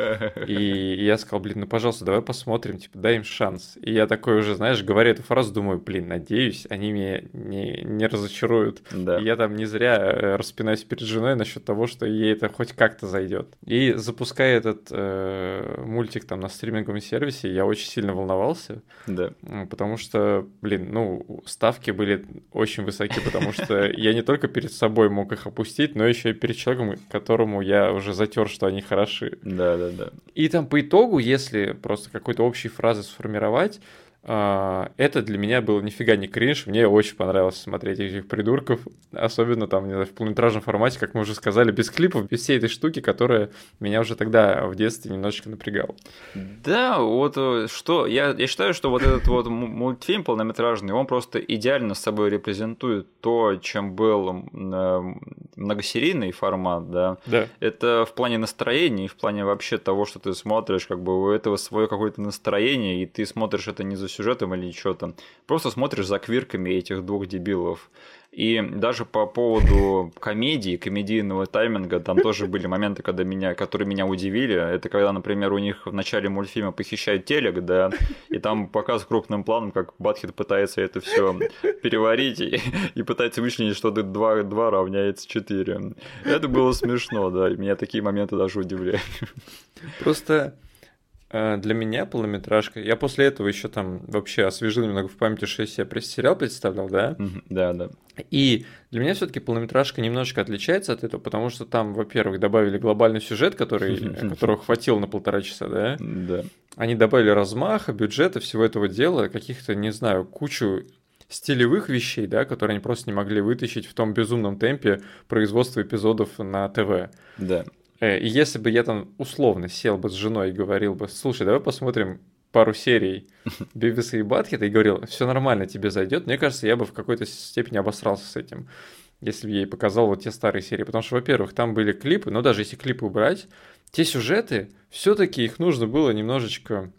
и я сказал, блин, ну, пожалуйста, давай посмотрим, типа, дай им шанс. И я такой уже, знаешь, говоря эту фразу, думаю, блин, надеюсь, они меня не, не разочаруют. Да. И я там не зря распинаюсь перед женой насчет того, что ей это хоть как-то зайдет. И запуская этот э, мультик там на стриминговом сервисе, я очень сильно волновался, да. потому что, блин, ну, ставки были очень высоки, потому что я не только перед собой мог их опустить, но еще и перед человеком, которому я уже затер, что они хороши. Да, да, да. И там по итогу, если просто какой-то общей фразы сформировать, это для меня было нифига не кринж. Мне очень понравилось смотреть этих придурков, особенно там, не знаю, в полнометражном формате, как мы уже сказали, без клипов, без всей этой штуки, которая меня уже тогда в детстве немножечко напрягала. Да, вот что, я, я считаю, что вот этот вот мультфильм полнометражный, он просто идеально с собой репрезентует то, чем был многосерийный формат, да. Да. Это в плане настроения и в плане вообще того, что ты смотришь, как бы у этого свое какое-то настроение, и ты смотришь это не за сюжетом или что-то. Просто смотришь за квирками этих двух дебилов. И даже по поводу комедии, комедийного тайминга, там тоже были моменты, когда меня, которые меня удивили. Это когда, например, у них в начале мультфильма похищают телек, да, и там показ крупным планом, как Батхед пытается это все переварить и, и пытается вычленить, что два, два равняется четыре. Это было смешно, да, и меня такие моменты даже удивляли. Просто... Для меня полнометражка. Я после этого еще там вообще освежил немного в памяти, что я себе пресс-сериал представлял, да? Да, да. И для меня все-таки полнометражка немножко отличается от этого, потому что там, во-первых, добавили глобальный сюжет, который, которого хватило на полтора часа, да? Да. Они добавили размаха, бюджета, всего этого дела, каких-то, не знаю, кучу стилевых вещей, да, которые они просто не могли вытащить в том безумном темпе производства эпизодов на ТВ. Да. И если бы я там условно сел бы с женой и говорил бы, слушай, давай посмотрим пару серий Бивиса и Батхеда, и говорил, все нормально, тебе зайдет, мне кажется, я бы в какой-то степени обосрался с этим, если бы я ей показал вот те старые серии. Потому что, во-первых, там были клипы, но даже если клипы убрать, те сюжеты, все-таки их нужно было немножечко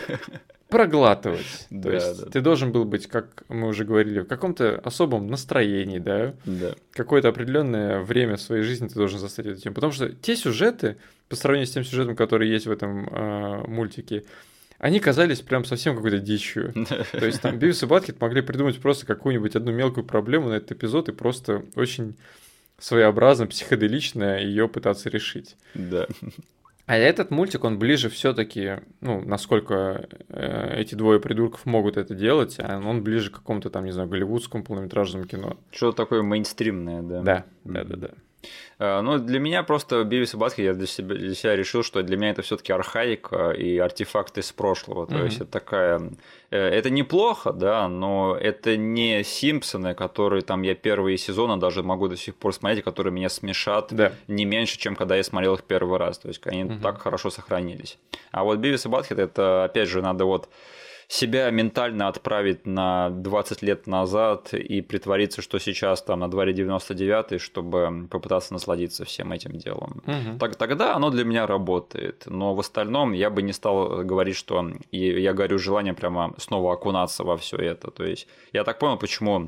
проглатывать. Да, То есть да. ты должен был быть, как мы уже говорили, в каком-то особом настроении, да? Да. Какое-то определенное время в своей жизни ты должен застать эту тему. Потому что те сюжеты, по сравнению с тем сюжетом, который есть в этом э, мультике, они казались прям совсем какой-то дичью. То есть там Бивис и Батхед могли придумать просто какую-нибудь одну мелкую проблему на этот эпизод и просто очень своеобразно, психоделично ее пытаться решить. Да. А этот мультик, он ближе все-таки, ну, насколько э, эти двое придурков могут это делать, а он ближе к какому-то там, не знаю, голливудскому полнометражному кино. Что-то такое мейнстримное, да? Да, да, да, да. Ну, для меня просто Бивис и Батхед, я для себя, для себя решил, что для меня это все-таки архаика и артефакт из прошлого. То mm-hmm. есть это такая. Это неплохо, да, но это не Симпсоны, которые там я первые сезоны даже могу до сих пор смотреть, которые меня смешат да. не меньше, чем когда я смотрел их первый раз. То есть они mm-hmm. так хорошо сохранились. А вот Бивис и Батхед, это опять же надо вот. себя ментально отправить на двадцать лет назад и притвориться, что сейчас там на дворе девяносто девятый, чтобы попытаться насладиться всем этим делом. Угу. Так, тогда оно для меня работает. Но в остальном я бы не стал говорить, что я горю желанием прямо снова окунаться во все это. То есть я так понял, почему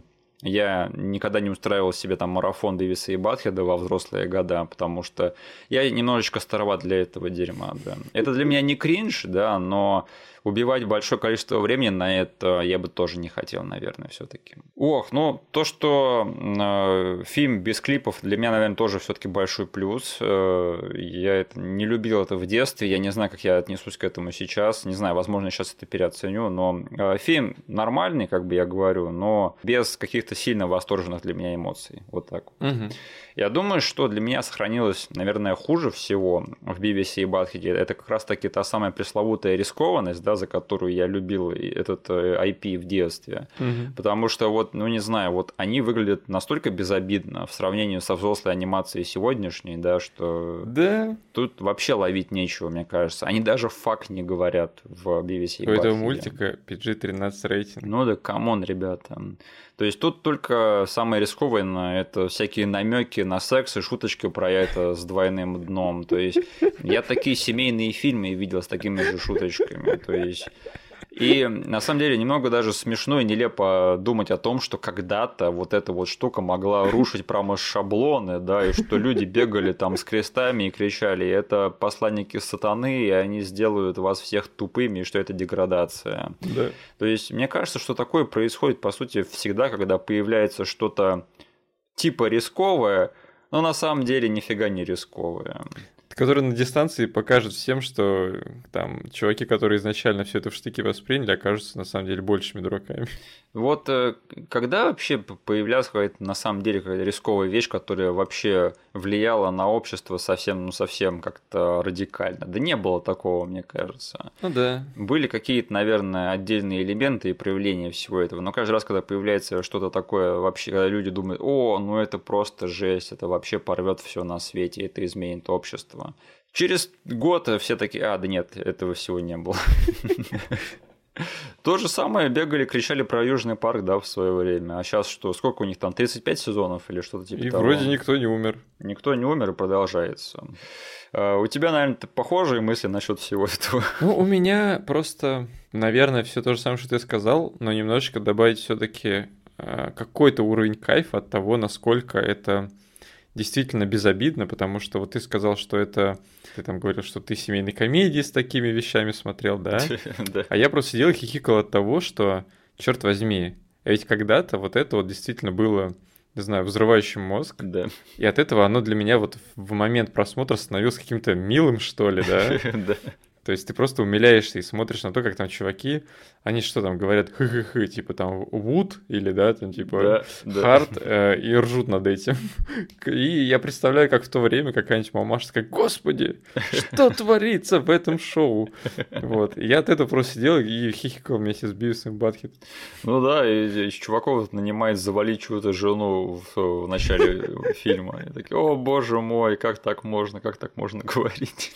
я никогда не устраивал себе там марафон Бивиса и Батхеда во взрослые года, потому что я немножечко староват для этого дерьма, да. Это для меня не кринж, да, но убивать большое количество времени на это я бы тоже не хотел, наверное, все-таки. Ох, ну то, что э, фильм без клипов для меня, наверное, тоже все-таки большой плюс. Э, я это, не любил это в детстве, я не знаю, как я отнесусь к этому сейчас. Не знаю, возможно, я сейчас это переоценю, но э, фильм нормальный, как бы я говорю, но без каких-то сильно восторженных для меня эмоций. Вот так вот. Угу. Я думаю, что для меня сохранилось, наверное, хуже всего в Бивисе и Батхеде. Это как раз-таки та самая пресловутая рискованность, да, за которую я любил этот ай пи в детстве. Угу. Потому что, вот, ну не знаю, вот они выглядят настолько безобидно в сравнении со взрослой анимацией сегодняшней, да, что да. Тут вообще ловить нечего, мне кажется. Они даже фак не говорят в Бивисе и У этого Батхеде. мультика пи джи тринадцать рейтинг. Ну да, камон, ребята. То есть тут только самое рискованное – это всякие намеки на секс и шуточки про это с двойным дном. То есть я такие семейные фильмы видел с такими же шуточками. То есть и на самом деле немного даже смешно и нелепо думать о том, что когда-то вот эта вот штука могла рушить прямо шаблоны, да, и что люди бегали там с крестами и кричали: это посланники сатаны, и они сделают вас всех тупыми, и что это деградация. Да. То есть мне кажется, что такое происходит, по сути, всегда, когда появляется что-то типа рисковое, но на самом деле нифига не рисковое. Который на дистанции покажет всем, что там чуваки, которые изначально все это в штыки восприняли, окажутся на самом деле большими дураками. Вот когда вообще появлялась какая-то на самом деле какая-то рисковая вещь, которая вообще влияла на общество совсем, ну совсем как-то радикально? Да не было такого, мне кажется. Ну да. Были какие-то, наверное, отдельные элементы и проявления всего этого, но каждый раз, когда появляется что-то такое, вообще, когда люди думают: о, ну это просто жесть, это вообще порвет все на свете, это изменит общество. Через год все такие: а, да нет, этого всего не было. То же самое бегали, кричали про Южный парк, да, в свое время. А сейчас что? Сколько у них там? тридцать пять сезонов или что-то типа и того? И вроде никто не умер. Никто не умер и продолжается. У тебя, наверное, похожие мысли насчет всего этого? Ну, у меня просто, наверное, все то же самое, что ты сказал, но немножечко добавить все-таки какой-то уровень кайфа от того, насколько это действительно безобидно, потому что вот ты сказал, что это... Ты там говорил, что ты семейные комедии с такими вещами смотрел, да? Да. А я просто сидел и хихикал от того, что, черт возьми, а ведь когда-то вот это вот действительно было, не знаю, взрывающим мозг. Да. И от этого оно для меня вот в момент просмотра становилось каким-то милым, что ли, да? Да. То есть ты просто умиляешься и смотришь на то, как там чуваки, они что там говорят, хы-хы-хы, типа там Wood или, да, там типа Hard, да. э, и ржут над этим. И я представляю, как в то время какая-нибудь мамаша такая: господи, что творится в этом шоу? Вот. И я от этого просто сидел и хихикал вместе с Бивисом и Батхед. Ну да, и, и чуваков нанимает завалить чью-то жену в, в начале фильма. И такие: о боже мой, как так можно, как так можно говорить?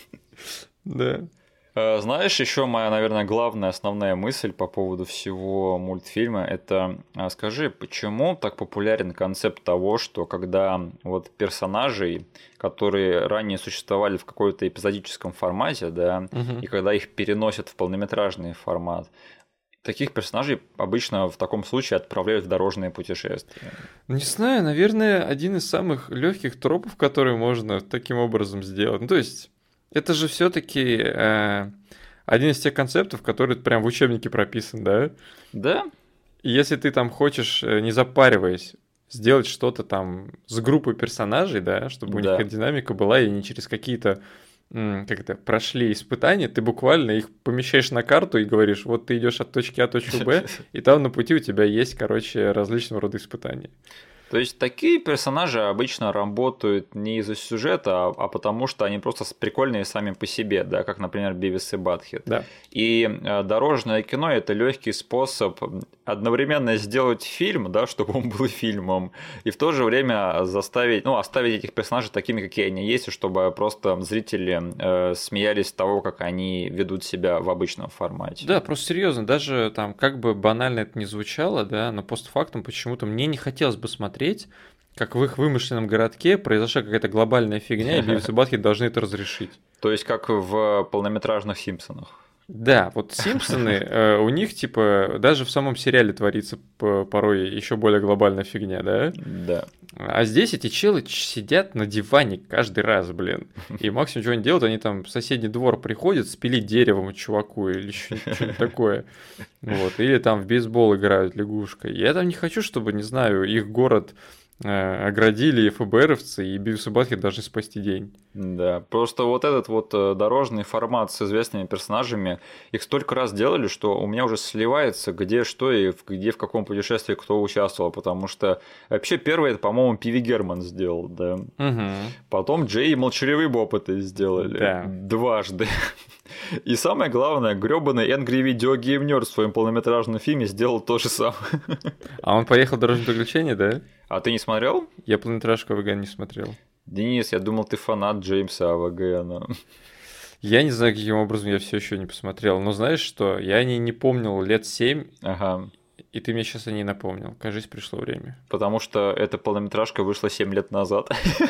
Да. Знаешь, еще моя, наверное, главная, основная мысль по поводу всего мультфильма – это: скажи, почему так популярен концепт того, что когда вот персонажей, которые ранее существовали в какой-то эпизодическом формате, да, угу. и когда их переносят в полнометражный формат, таких персонажей обычно в таком случае отправляют в дорожное путешествие? Не знаю, наверное, один из самых легких тропов, которые можно таким образом сделать. Ну, то есть... Это же все-таки э, один из тех концептов, который прям в учебнике прописан, да? Да. И если ты там хочешь, не запариваясь, сделать что-то там с группой персонажей, да, чтобы у да. них динамика была, и не через какие-то, как это, прошли испытания, ты буквально их помещаешь на карту и говоришь: вот ты идешь от точки А в точку Б, и там на пути у тебя есть, короче, различного рода испытания. То есть такие персонажи обычно работают не из-за сюжета, а, а потому что они просто прикольные сами по себе, да, как, например, Бивис и Батхед. Да. И э, дорожное кино – это легкий способ одновременно сделать фильм, да, чтобы он был фильмом, и в то же время заставить, ну, оставить этих персонажей такими, какие они есть, и чтобы просто зрители э, смеялись с того, как они ведут себя в обычном формате. Да, просто серьезно, даже там, как бы банально это ни звучало, да, но постфактум почему-то мне не хотелось бы смотреть, как в их вымышленном городке произошла какая-то глобальная фигня, и Бивис и Батхед должны это разрешить. То есть, как в полнометражных «Симпсонах». Да, вот Симпсоны, э, у них, типа, даже в самом сериале творится порой еще более глобальная фигня, да? Да. А здесь эти челы сидят на диване каждый раз, блин. И максимум, что они делают, они там в соседний двор приходят, спилить деревом чуваку или что-нибудь такое. Вот. Или там в бейсбол играют лягушкой. Я там не хочу, чтобы, не знаю, их город оградили эф бэ эровцы, и Бивис и Батхед должны спасти день. Да, просто вот этот вот дорожный формат с известными персонажами, их столько раз делали, что у меня уже сливается, где что и где в каком путешествии кто участвовал, потому что вообще первый это, по-моему, Пи Ви Герман сделал, да. Угу. Потом Джей и Молчаливый Боб это сделали. Да. Дважды. И самое главное, грёбаный Angry Video Game Nerd в своем полнометражном фильме сделал то же самое. А он поехал в «Дорожное приключение», да? А ты не смотрел? Я полнометражку АВГ не смотрел. Денис, я думал, ты фанат Джеймса АВГ, но... Я не знаю, каким образом я все еще не посмотрел, но знаешь что, я о ней не помнил лет семь, ага. И ты мне сейчас о ней напомнил. Кажись, пришло время. Потому что эта полнометражка вышла семь лет назад.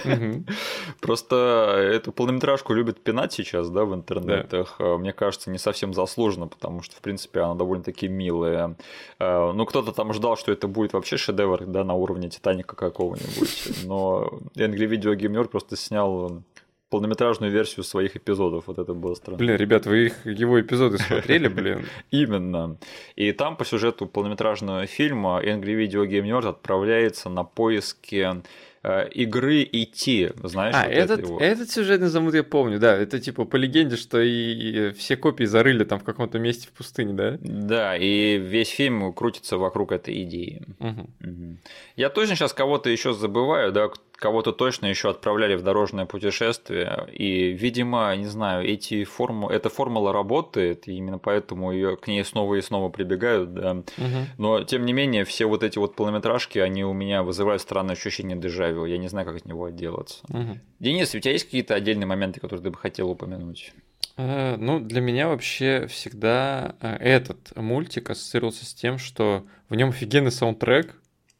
Просто эту полнометражку любят пинать сейчас, да, в интернетах. Мне кажется, не совсем заслуженно, потому что, в принципе, она довольно-таки милая. Ну, кто-то там ждал, что это будет вообще шедевр, да, на уровне Титаника какого-нибудь. Но Angry Video Game Nerd просто снял полнометражную версию своих эпизодов. Вот это было странно. Блин, ребят, вы их, его эпизоды смотрели, блин? Именно. И там по сюжету полнометражного фильма Angry Video Game Nerd отправляется на поиски игры и ти, знаешь, а, вот этот, это его. этот сюжетный замут я помню, да, это типа по легенде, что и, и все копии зарыли там в каком-то месте в пустыне, да? Да, и весь фильм крутится вокруг этой идеи. Угу. Угу. Я точно сейчас кого-то еще забываю, да, кого-то точно еще отправляли в дорожное путешествие, и, видимо, не знаю, эти форму... эта формула работает, и именно поэтому ее к ней снова и снова прибегают, да. Угу. Но, тем не менее, все вот эти вот полнометражки, они у меня вызывают странное ощущение дежавю, я не знаю, как от него отделаться. Угу. Денис, у тебя есть какие-то отдельные моменты, которые ты бы хотел упомянуть? Э, ну, для меня вообще всегда этот мультик ассоциировался с тем, что в нем офигенный саундтрек.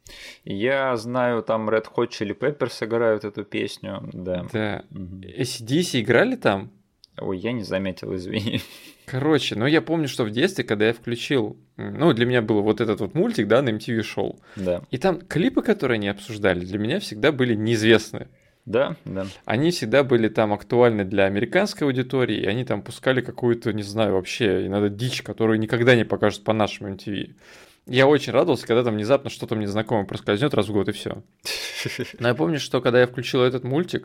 Я знаю, там Red Hot Chili Peppers играют эту песню, да. Да. Угу. эй си ди си играли там? Ой, я не заметил, извини. Короче, ну я помню, что в детстве, когда я включил, ну для меня был вот этот вот мультик, да, на эм ти ви шоу. Да. И там клипы, которые они обсуждали, для меня всегда были неизвестны. Да, да. Они всегда были там актуальны для американской аудитории, и они там пускали какую-то, не знаю, вообще иногда дичь, которую никогда не покажут по нашему эм ти ви. Я очень радовался, когда там внезапно что-то мне знакомое проскользнет раз в год и все. Но я помню, что когда я включил этот мультик,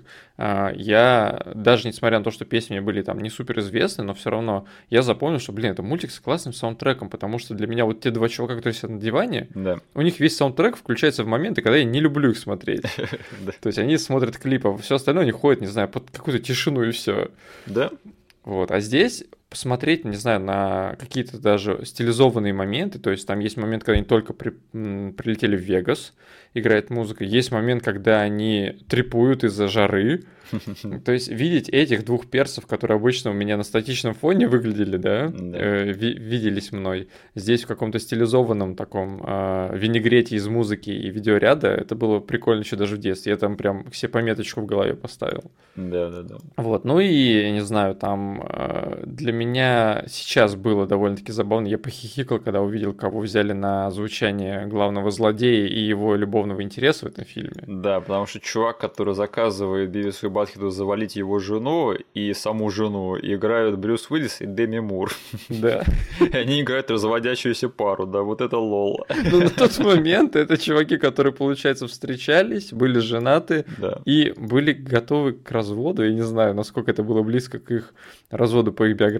я даже несмотря на то, что песни мне были там не супер известны, но все равно я запомнил, что, блин, это мультик с классным саундтреком, потому что для меня вот те два чувака, которые сидят на диване, да. у них весь саундтрек включается в моменты, когда я не люблю их смотреть. То есть они смотрят клипы, а все остальное они ходят, не знаю, под какую-то тишину и все. Да. Вот, а здесь посмотреть, не знаю, на какие-то даже стилизованные моменты, то есть там есть момент, когда они только при, м, прилетели в Вегас, играет музыка, есть момент, когда они трипуют из-за жары, то есть видеть этих двух персов, которые обычно у меня на статичном фоне выглядели, да, да. э, ви- виделись мной, здесь в каком-то стилизованном таком э, винегрете из музыки и видеоряда, это было прикольно еще даже в детстве, я там прям все пометочку в голове поставил. Да-да-да. Вот, ну и, я не знаю, там э, для меня сейчас было довольно-таки забавно, я похихикал, когда увидел, кого взяли на звучание главного злодея и его любовного интереса в этом фильме. Да, потому что чувак, который заказывает Бивису и Батхеду завалить его жену и саму жену, играют Брюс Уиллис и Деми Мур. Да. Они играют разводящуюся пару, да, вот это лол. Ну, на тот момент это чуваки, которые, получается, встречались, были женаты да. и были готовы к разводу. Я не знаю, насколько это было близко к их разводу по их биографии.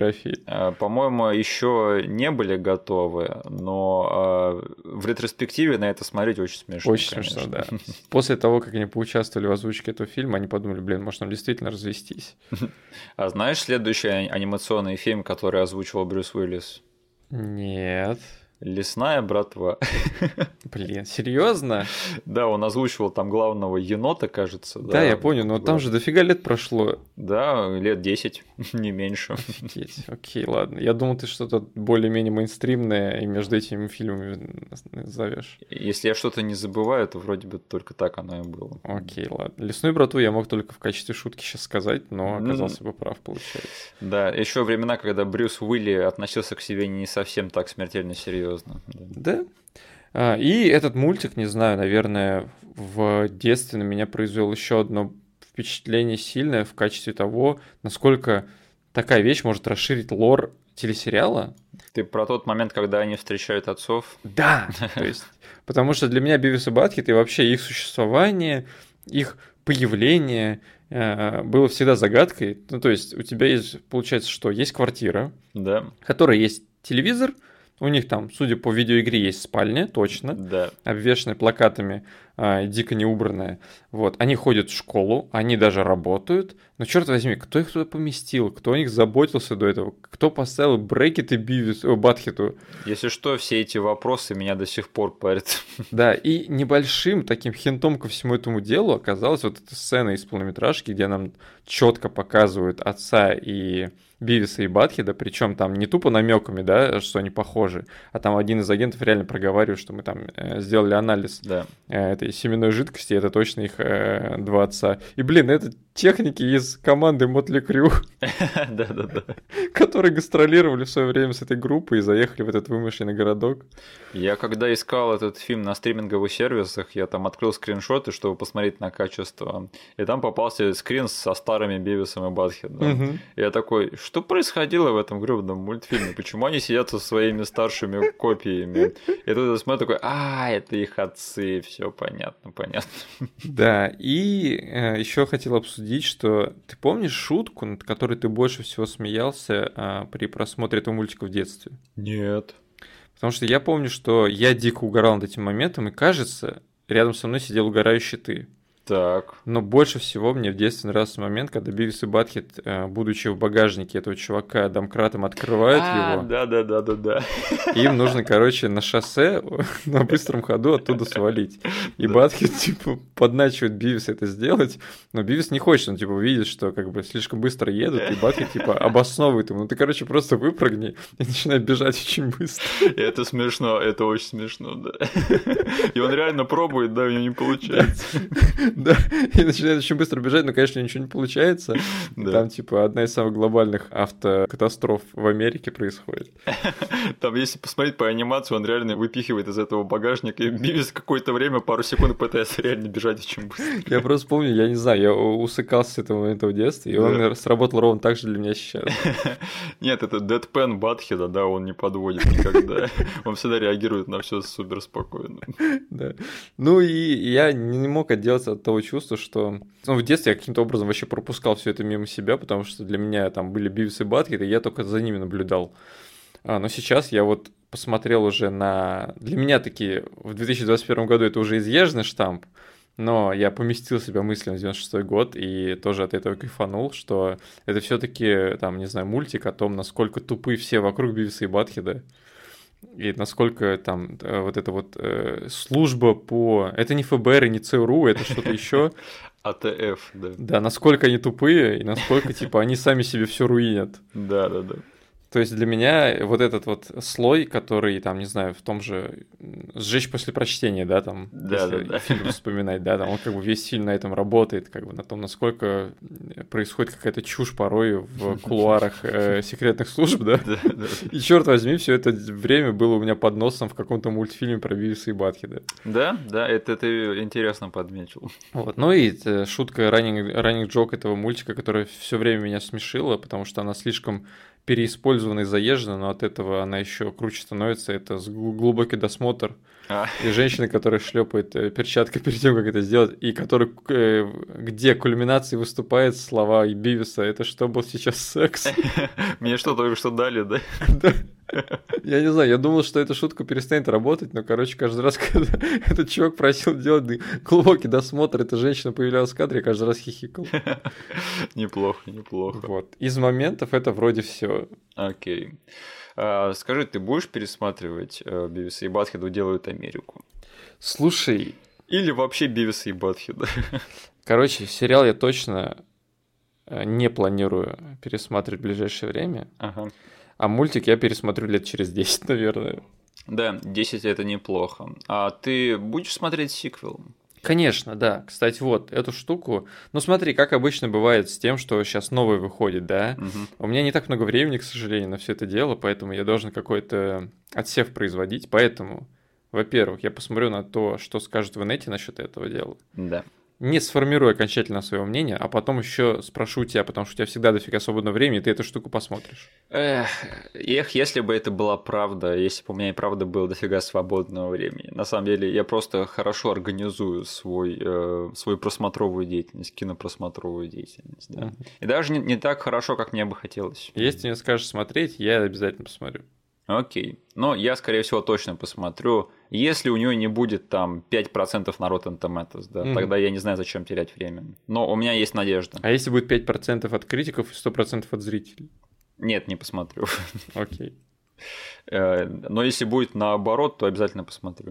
фотографии. По-моему, еще не были готовы, но в ретроспективе на это смотреть очень смешно. Очень конечно. смешно, да. После того, как они поучаствовали в озвучке этого фильма, они подумали, блин, может нам действительно развестись. А знаешь следующий анимационный фильм, который озвучивал Брюс Уиллис? Нет. Лесная братва. Блин, серьезно? Да, он озвучивал там главного енота, кажется. Да, да я понял, но там же дофига лет прошло. Да, лет десять, не меньше. Офигеть. Окей, ладно. Я думал, ты что-то более-менее мейнстримное и между этими фильмами зовешь. Если я что-то не забываю, то вроде бы только так оно и было. Окей, ладно. Лесную братву я мог только в качестве шутки сейчас сказать, но оказался бы прав, получается. Да, еще времена, когда Брюс Уилли относился к себе не совсем так смертельно серьезно. Да. А, и этот мультик, не знаю, наверное, в детстве на меня произвел еще одно впечатление сильное в качестве того, насколько такая вещь может расширить лор телесериала. Ты про тот момент, когда они встречают отцов? Да, то есть, потому что для меня Бивис и Батхед и вообще их существование, их появление э, было всегда загадкой. Ну, то есть у тебя есть, получается, что есть квартира, да. в которой есть телевизор. У них там, судя по видеоигре, есть спальня, точно, да. обвешанная плакатами, а, дико неубранная. Вот. Они ходят в школу, они даже работают. Но, черт возьми, кто их туда поместил? Кто о них заботился до этого? Кто поставил брекеты Бивису, Батхеду? Если что, все эти вопросы меня до сих пор парят. Да, и небольшим таким хинтом ко всему этому делу оказалась вот эта сцена из полнометражки, где нам четко показывают отца и Бивиса и Батхеда, причем там не тупо намеками, да, что они похожи, а там один из агентов реально проговаривает, что мы там э, сделали анализ да. э, этой семенной жидкости, это точно их э, два отца. И, блин, это техники из команды Мотли Крю, которые гастролировали в свое время с этой группой и заехали в этот вымышленный городок. Я когда искал этот фильм на стриминговых сервисах, я там открыл скриншоты, чтобы посмотреть на качество, и там попался скрин со старыми Бивисом и Батхедом. Угу. Я такой, что происходило в этом гребаном мультфильме? Почему они сидят со своими старшими копиями? И тут я смотрю такой, а, это их отцы, все понятно, понятно. Да, и э, еще хотел обсудить, что ты помнишь шутку, над которой ты больше всего смеялся а, при просмотре этого мультика в детстве? Нет. Потому что я помню, что я дико угорал над этим моментом, и кажется, рядом со мной сидел угорающий ты. Так. Но больше всего мне в детстве нравился момент, когда Бивис и Батхед, будучи в багажнике этого чувака, домкратом открывают а, его. Да-да-да-да-да. Им нужно, короче, на шоссе на быстром ходу оттуда свалить. И да. Батхед, типа, подначивает Бивиса это сделать, но Бивис не хочет, он, типа, видит, что, как бы, слишком быстро едут, и Батхед, типа, обосновывает ему, ну ты, короче, просто выпрыгни и начинай бежать очень быстро. Это смешно, это очень смешно, да. И он реально пробует, да, у него не получается. Да, и начинает очень быстро бежать, но, конечно, ничего не получается. Да. Там, типа, одна из самых глобальных автокатастроф в Америке происходит. Там, если посмотреть по анимации, он реально выпихивает из этого багажника, и Бивис какое-то время, пару секунд пытается реально бежать очень быстро. Я просто помню, я не знаю, я усыкался с этого момента в детстве, и да. он сработал ровно так же для меня сейчас. Нет, это Дэдпен Батхеда, да, он не подводит никогда. Он всегда реагирует на все супер спокойно. Да. Ну и я не мог отделаться от того чувства, что ну, в детстве я каким-то образом вообще пропускал все это мимо себя, потому что для меня там были Бивис и Батхед, и я только за ними наблюдал. А, но сейчас я вот посмотрел уже на... Для меня такие в две тысячи двадцать первом году это уже изъезженный штамп, но я поместил себя мысленно в девяносто шестой год и тоже от этого кайфанул, что это все-таки, там, не знаю, мультик о том, насколько тупы все вокруг Бивиса и Батхеда. И насколько там вот эта вот э, служба по... Это не эф бэ эр и не цэ эр у, это что-то еще. а тэ эф, да. Да, насколько они тупые и насколько, типа, они сами себе все руинят. Да, да, да. То есть для меня вот этот вот слой, который, там, не знаю, в том же «Сжечь после прочтения», да, там, да, если да, да. фильм вспоминать, да, там, он как бы весь фильм на этом работает, как бы на том, насколько происходит какая-то чушь порой в кулуарах э, секретных служб, да, да, да. И черт возьми, все это время было у меня под носом в каком-то мультфильме про Бивиса и Батхеда. Да, да, это ты интересно подметил. Вот, ну и это шутка раннинг, раннинг джок этого мультика, которая все время меня смешила, потому что она слишком переиспользована и заезжена, но от этого она еще круче становится. Это глубокий досмотр. А. И женщина, которая шлепает перчаткой перед тем, как это сделать, и который, где кульминацией выступает слова Бивиса, это что был сейчас секс? Мне что, только что дали, да? Да. Я не знаю, я думал, что эта шутка перестанет работать, но, короче, каждый раз, когда этот чувак просил делать глубокий досмотр, эта женщина появлялась в кадре, я каждый раз хихикал. Неплохо, неплохо. Вот. Из моментов это вроде все. Окей. А, скажи, ты будешь пересматривать Бивиса и Батхеда делают Америку? Слушай. Или вообще Бивиса и Батхеда? Короче, сериал я точно не планирую пересматривать в ближайшее время. Ага. А мультик я пересмотрю лет через десять, наверное. Да, десять это неплохо. А ты будешь смотреть сиквел? Конечно, да. Кстати, вот эту штуку. Ну, смотри, как обычно бывает с тем, что сейчас новый выходит, да. Угу. У меня не так много времени, к сожалению, на все это дело, поэтому я должен какой-то отсев производить. Поэтому, во-первых, я посмотрю на то, что скажут в инете насчет этого дела. Да. Не сформирую окончательно своего мнения, а потом еще спрошу тебя, потому что у тебя всегда дофига свободного времени, и ты эту штуку посмотришь. Эх, эх, если бы это была правда, если бы у меня и правда было дофига свободного времени. На самом деле, я просто хорошо организую свой, э, свою просмотровую деятельность, кинопросмотровую деятельность. Да. Mm-hmm. И даже не, не так хорошо, как мне бы хотелось. Если ты мне скажешь смотреть, я обязательно посмотрю. Окей. Но я, скорее всего, точно посмотрю. Если у нее не будет там пять процентов на Rotten Tomatoes, да, mm-hmm. тогда я не знаю, зачем терять время. Но у меня есть надежда. А если будет пять процентов от критиков и сто процентов от зрителей? Нет, не посмотрю. Окей. Но если будет наоборот, то обязательно посмотрю.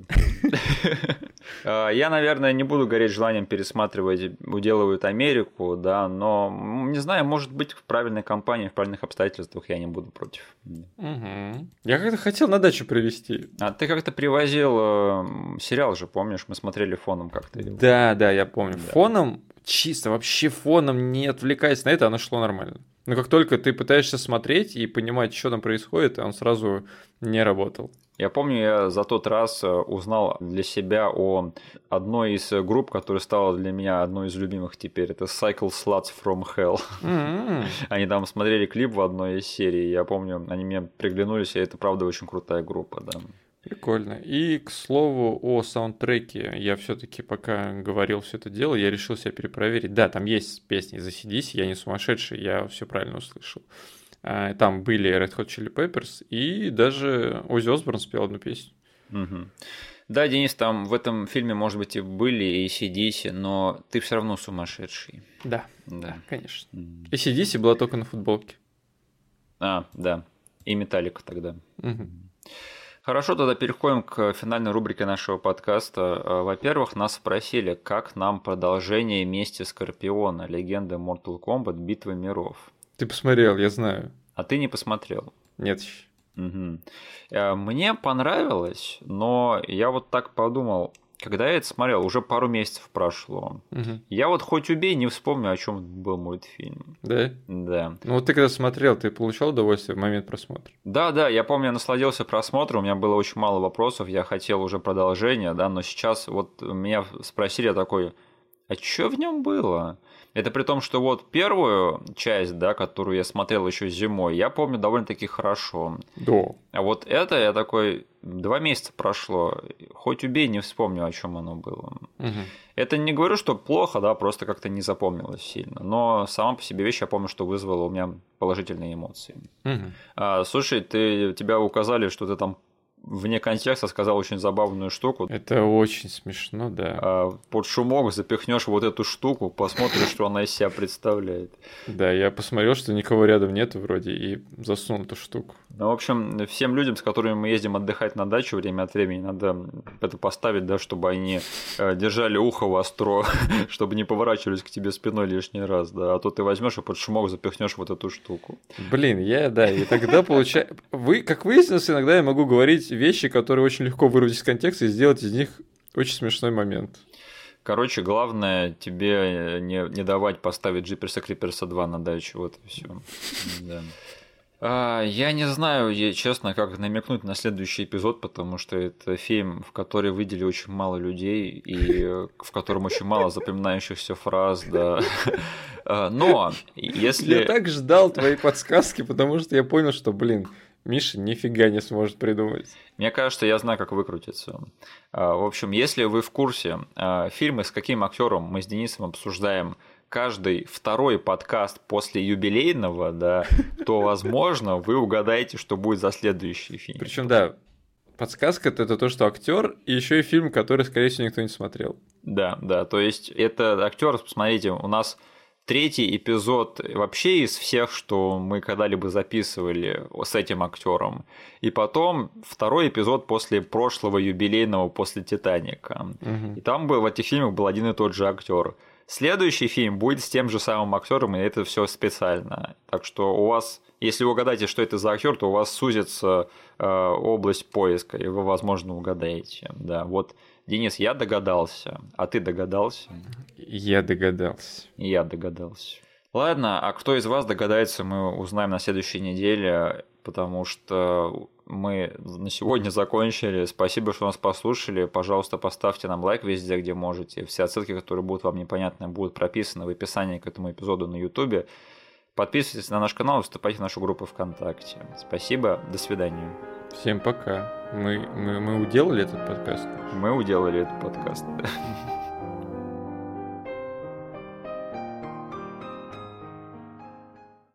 Я, наверное, не буду гореть желанием пересматривать «Уделывают Америку», да, но, не знаю, может быть, в правильной компании, в правильных обстоятельствах я не буду против. Угу. Я как-то хотел на дачу привезти. А ты как-то привозил сериал же, помнишь? Мы смотрели фоном как-то. Да, да, я помню. Да. Фоном, чисто вообще фоном, не отвлекаясь на это, оно шло нормально. Но как только ты пытаешься смотреть и понимать, что там происходит, он сразу не работал. Я помню, я за тот раз узнал для себя о одной из групп, которая стала для меня одной из любимых теперь. Это Cycle Sluts from Hell. Mm-hmm. Они там смотрели клип в одной из серий. Я помню, они мне приглянулись, и это правда очень крутая группа, да. Прикольно. И, к слову, о саундтреке. Я все-таки, пока говорил все это дело, я решил себя перепроверить. Да, там есть песни из эй си/ди си, я не сумасшедший, я все правильно услышал. Там были Red Hot Chili Peppers, и даже Оззи Осборн спел одну песню. Угу. Да, Денис, там в этом фильме, может быть, и были эй си/ди си, но ты все равно сумасшедший. Да, да. да, конечно. Mm. эй си/ди си была только на футболке. А, да. И Металлика тогда. Угу. Хорошо, тогда переходим к финальной рубрике нашего подкаста. Во-первых, нас спросили, как нам продолжение «Мести Скорпиона», легенды Mortal Kombat, Битвы миров. Ты посмотрел, я знаю. А ты не посмотрел? Нет еще. Угу. Мне понравилось, но я вот так подумал, когда я это смотрел, уже пару месяцев прошло. Угу. Я вот хоть убей, не вспомню, о чем был мультфильм. Да? Да. Ну вот ты когда смотрел, ты получал удовольствие в момент просмотра? Да, да, я помню, я насладился просмотром, у меня было очень мало вопросов, я хотел уже продолжения, да, но сейчас вот меня спросили, я такой, а что в нем было? Это при том, что вот первую часть, да, которую я смотрел еще зимой, я помню довольно-таки хорошо. Да. А вот это я такой, два месяца прошло, хоть убей, не вспомню, о чем оно было. Угу. Это не говорю, что плохо, да, просто как-то не запомнилось сильно. Но сама по себе вещь, я помню, что вызвала у меня положительные эмоции. Угу. А, слушай, ты, тебя указали, что ты там вне контекста сказал очень забавную штуку. Это очень смешно, да. А, под шумок запихнешь вот эту штуку, посмотришь, что она из себя представляет. Да, я посмотрел, что никого рядом нету вроде, и засунул эту штуку. Ну, в общем, всем людям, с которыми мы ездим отдыхать на дачу время от времени, надо это поставить, да, чтобы они держали ухо востро, чтобы не поворачивались к тебе спиной лишний раз, да, а то ты возьмешь и под шумок запихнешь вот эту штуку. Блин, я, да, и тогда получается... Вы, как выяснилось, иногда я могу говорить вещи, которые очень легко вырвать из контекста и сделать из них очень смешной момент. Короче, главное тебе не, не давать поставить Джиперса Криперса два на дачу, вот и все. Да. Я не знаю, я, честно, как намекнуть на следующий эпизод, потому что это фильм, в который выделили очень мало людей и в котором очень мало запоминающихся фраз, да. Но если... Я так ждал твоей подсказки, потому что я понял, что, блин, Миша нифига не сможет придумать. Мне кажется, я знаю, как выкрутиться. В общем, если вы в курсе, фильмы с каким актером мы с Денисом обсуждаем каждый второй подкаст после юбилейного, да, то, возможно, вы угадаете, что будет за следующий фильм. Причем, да, подсказка это то, что актер, и еще и фильм, который, скорее всего, никто не смотрел. Да, да, то есть это актер, посмотрите, у нас третий эпизод вообще из всех, что мы когда-либо записывали с этим актером. И потом второй эпизод после прошлого юбилейного, после Титаника. Угу. И там был, в этих фильмах был один и тот же актер. Следующий фильм будет с тем же самым актером, и это все специально. Так что у вас, если вы угадаете, что это за актер, то у вас сузится э, область поиска, и вы, возможно, угадаете. Да, вот, Денис, я догадался, а ты догадался? Я догадался. Я догадался. Ладно, а кто из вас догадается, мы узнаем на следующей неделе, потому что мы на сегодня закончили. Спасибо, что нас послушали. Пожалуйста, поставьте нам лайк везде, где можете. Все отсылки, которые будут вам непонятны, будут прописаны в описании к этому эпизоду на YouTube. Подписывайтесь на наш канал и вступайте в нашу группу ВКонтакте. Спасибо, до свидания. Всем пока. Мы, мы, мы уделали этот подкаст. Мы уделали этот подкаст.